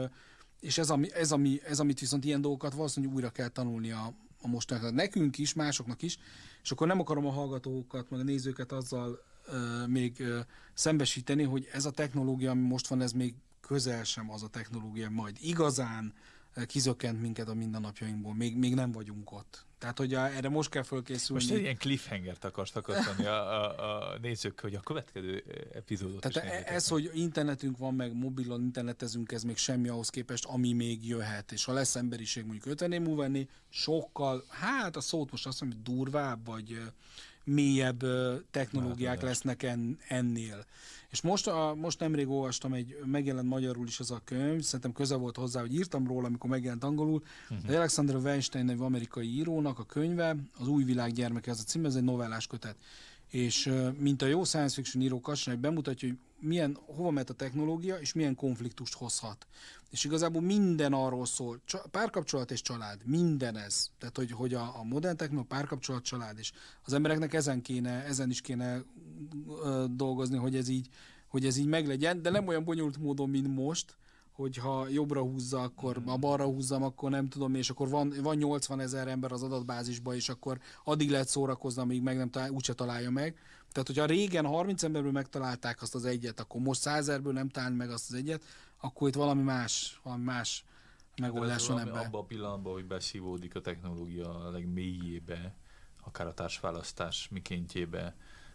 És ez, amit viszont ilyen dolgokat valószínűleg újra kell tanulni a mostanában. Nekünk is, másoknak is, és akkor nem akarom a hallgatókat, meg a nézőket azzal még szembesíteni, hogy ez a technológia, ami most van, ez még közel sem az a technológia, majd igazán kizökkent minket a mindennapjainkból. Még nem vagyunk ott. Tehát, hogy erre most kell fölkészülni. Most egy ilyen cliffhangert akarsz akasztani a nézők, hogy a következő epizódot tehát ez, hogy internetünk van, meg mobilon internetezünk, ez még semmi ahhoz képest, ami még jöhet. És ha lesz emberiség mondjuk 50 év múlva sokkal, hát a szót most azt mondom, hogy durvább, vagy mélyebb technológiák lesznek ennél. És most nemrég olvastam, megjelent magyarul is az a könyv, szerintem közel volt hozzá, hogy írtam róla, amikor megjelent angolul, de Alexander Weinstein nevű amerikai írónak a könyve, az Új világ gyermeke, ez a cím, ez egy novellás kötet. És mint a jó science fiction író kassány, bemutatja, hogy hova mehet a technológia, és milyen konfliktust hozhat. És igazából minden arról szól, párkapcsolat és család, minden ez. Tehát, hogy a modern technológia, párkapcsolat, család, és az embereknek ezen is kéne dolgozni, hogy ez így meglegyen, de nem olyan bonyolult módon, mint most, hogyha jobbra húzza, akkor a balra húzzam, akkor nem tudom, és akkor van 80 000 ember az adatbázisban, és akkor addig lehet szórakozni, amíg meg nem úgyse találja meg. Tehát, hogyha régen 30 emberből megtalálták azt az egyet, akkor most 100 000-ből nem találni meg azt az egyet, akkor itt valami más megoldás van ebben. Abban a pillanatban, hogy beszívódik a technológia a legmélyébe, akár a társválasztás mikéntjébe,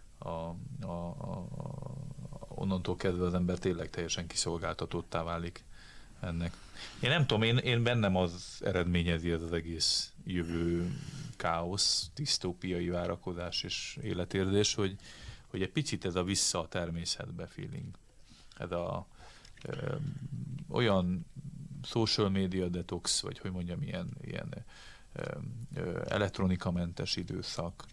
onnantól kezdve az ember tényleg teljesen kiszolgáltatottá válik ennek. Én nem tudom, én bennem az eredményezi ez az egész jövő káosz, disztópiai várakozás és életérzés, hogy egy picit ez a vissza a természetbe feeling. Ez olyan social media detox, vagy hogy mondjam, ilyen elektronikamentes időszak,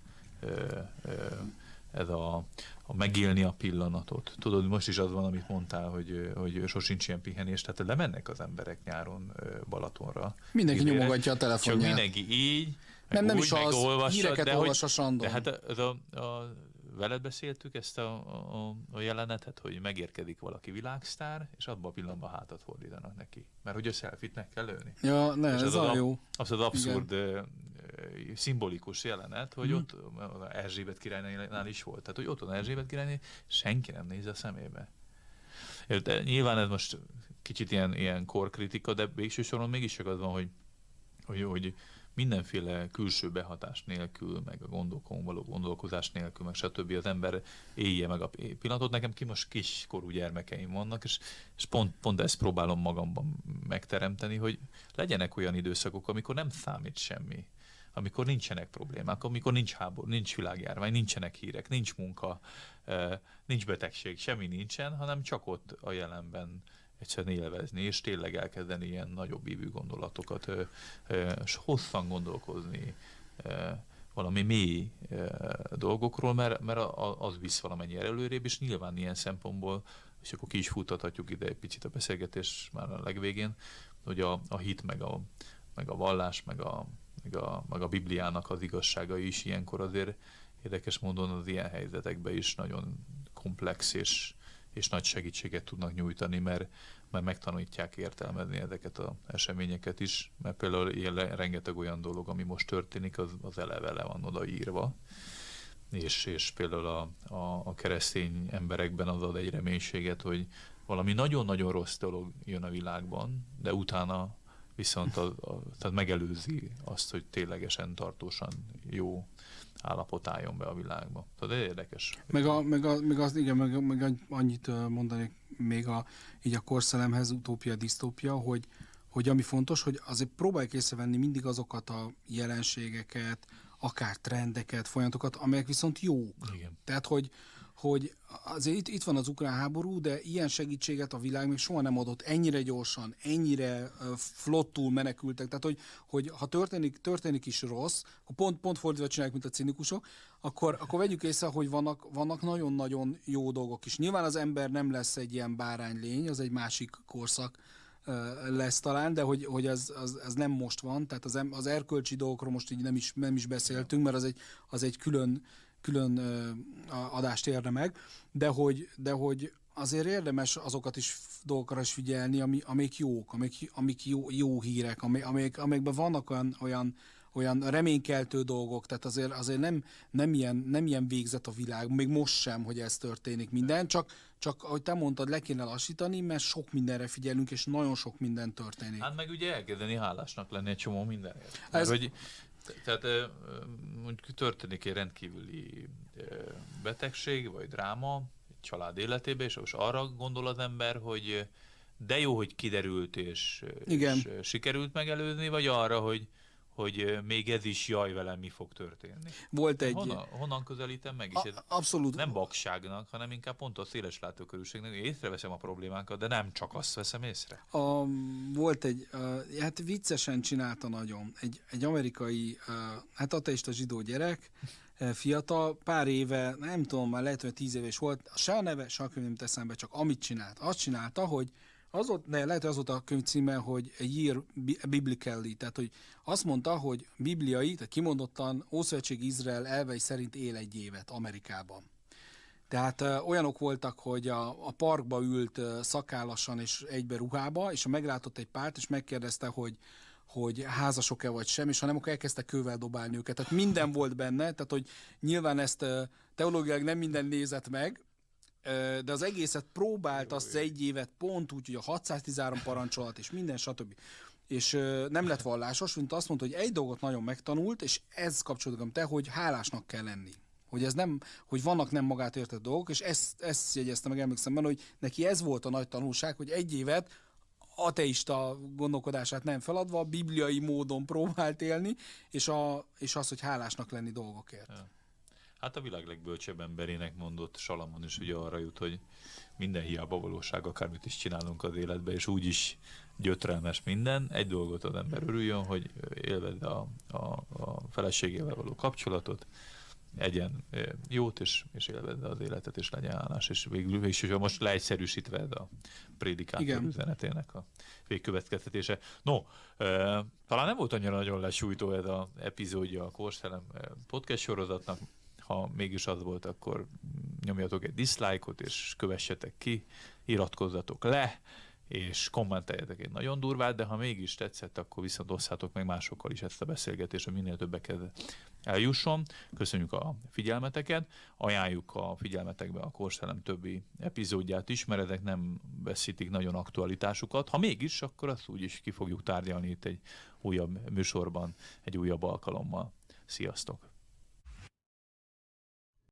ez a megélni a pillanatot. Tudod, most is az van, amit mondtál, hogy sosincs ilyen pihenés, tehát lemennek az emberek nyáron Balatonra. Mindenki nyomogatja a telefonját. Csak mindenki így, nem úgy, is az, olvassa, híreket olvas a Sandon. De hát veled beszéltük ezt a jelenetet, hogy megérkezik valaki világsztár, és abban a pillanatban hátat fordítanak neki. Mert hogy a selfie-t kell lőni. Ja, ez a jó. Az abszurd szimbolikus jelenet, hogy ott Erzsébet királynál is volt. Tehát, hogy ott van Erzsébet királyné, senki nem néz a szemébe. De nyilván ez most kicsit ilyen korkritika, de végső soron mégis csak az van, hogy mindenféle külső behatás nélkül, meg a gondokon való gondolkozás nélkül, meg stb. Az ember élje meg a pillanatot. Nekem most kiskorú gyermekeim vannak, és pont ezt próbálom magamban megteremteni, hogy legyenek olyan időszakok, amikor nem számít semmi, amikor nincsenek problémák, amikor nincs háború, nincs világjárvány, nincsenek hírek, nincs munka, nincs betegség, semmi nincsen, hanem csak ott a jelenben egyszerűen élvezni, és tényleg elkezdeni ilyen nagyobb ívű gondolatokat, és hosszan gondolkozni valami mély dolgokról, mert az visz valamennyire előrébb, és nyilván ilyen szempontból, és akkor ki is futtathatjuk ide egy picit a beszélgetés már a legvégén, hogy a hit, meg a vallás, meg meg a Bibliának az igazságai is ilyenkor azért érdekes módon az ilyen helyzetekben is nagyon komplex és nagy segítséget tudnak nyújtani, mert megtanítják értelmezni ezeket az eseményeket is, mert például rengeteg olyan dolog, ami most történik, az eleve le van odaírva, és például a keresztény emberekben az ad egy reménységet, hogy valami nagyon-nagyon rossz dolog jön a világban, de utána viszont tehát megelőzi azt, hogy ténylegesen tartósan jó állapot álljon be a világba. Tehát érdekes. Meg annyit mondanék még így a korszellemhez, utópia, disztópia, hogy ami fontos, hogy azért próbáljuk észrevenni mindig azokat a jelenségeket, akár trendeket, folyamatokat, amelyek viszont jók. Igen. Tehát, hogy azért itt van az ukrán háború, de ilyen segítséget a világ még soha nem adott ennyire gyorsan, ennyire flottul menekültek. Tehát, hogy ha történik is rossz, akkor pont fordítva csinálják, mint a cinikusok, akkor vegyük észre, hogy vannak nagyon-nagyon jó dolgok is. Nyilván az ember nem lesz egy ilyen báránylény, az egy másik korszak lesz talán, de hogy az nem most van, tehát az erkölcsi dolgokról most így nem is beszéltünk, mert az egy külön adást érne meg, de hogy azért érdemes azokat is dolgokra is figyelni, amik jók, amik jó hírek, amelyekben vannak olyan reménykeltő dolgok, tehát azért nem ilyen végzett a világ, még most sem, hogy ez történik minden, csak ahogy te mondtad, le kéne lassítani, mert sok mindenre figyelünk, és nagyon sok minden történik. Hát meg ugye elkezdeni hálásnak lenni egy csomó mindenért. Tehát mondjuk történik egy rendkívüli betegség, vagy dráma egy család életében, és most arra gondol az ember, hogy de jó, hogy kiderült, és sikerült megelőzni, vagy arra, hogy még ez is, jaj, velem mi fog történni. Volt egy... Honnan közelítem meg is? Abszolút. Nem vakságnak, hanem inkább pont a széles látókörűségnek, hogy észreveszem a problémákat, de nem csak azt veszem észre. Volt egy, hát viccesen csinálta nagyon, egy amerikai, hát ateista zsidó gyerek, fiatal, pár éve, nem tudom, már lehet, hogy 10 éves volt, se a neve, se a könyv nem tesz eszembe, csak amit csinált. Azt csinálta, hogy lehet, hogy az volt a könyv címe, hogy A Year Biblically, tehát hogy azt mondta, hogy bibliai, tehát kimondottan Ószövetségi Izrael elvei szerint él egy évet Amerikában. Tehát olyanok voltak, hogy a parkba ült szakállasan és egybe ruhába, és meglátott egy párt, és megkérdezte, hogy házasok-e vagy sem, és ha nem, akkor elkezdte kővel dobálni őket. Tehát minden volt benne, tehát hogy nyilván ezt teológiailag nem minden nézett meg, de az egészet próbált azt az egy évet pont úgy, hogy a 613 parancsolat és minden, stb. És nem lett vallásos, mint azt mondta, hogy egy dolgot nagyon megtanult, és ez kapcsolódik te, hogy hálásnak kell lenni. Hogy ez nem, hogy vannak nem magát értett dolgok, és ezt jegyezte meg, emlékszem benne, hogy neki ez volt a nagy tanulság, hogy egy évet ateista gondolkodását nem feladva, bibliai módon próbált élni, és az, hogy hálásnak lenni dolgokért. Ja. Hát a világ legbölcsebb emberének mondott Salamon is ugye arra jut, hogy minden hiába valóság, akármit is csinálunk az életben, és úgyis gyötrelmes minden. Egy dolgot az ember örüljön, hogy élved a feleségével való kapcsolatot, egyen jót, és élvedd az életet, és legyen hálás, és végül is most leegyszerűsítve a prédikátor üzenetének a végkövetkeztetése. No, talán nem volt annyira nagyon lesújtó ez az epizódja a Korszellem podcast sorozatnak. Ha mégis az volt, akkor nyomjatok egy dislike-ot, és kövessetek ki, iratkozzatok le, és kommenteljetek egy nagyon durvát, de ha mégis tetszett, akkor viszont osszátok meg másokkal is ezt a beszélgetést, hogy minél többeket eljusson. Köszönjük a figyelmeteket, ajánljuk a figyelmetekbe a Korszellem többi epizódját is, mert ezek nem veszítik nagyon aktualitásukat. Ha mégis, akkor azt úgyis ki fogjuk tárgyalni itt egy újabb műsorban, egy újabb alkalommal. Sziasztok!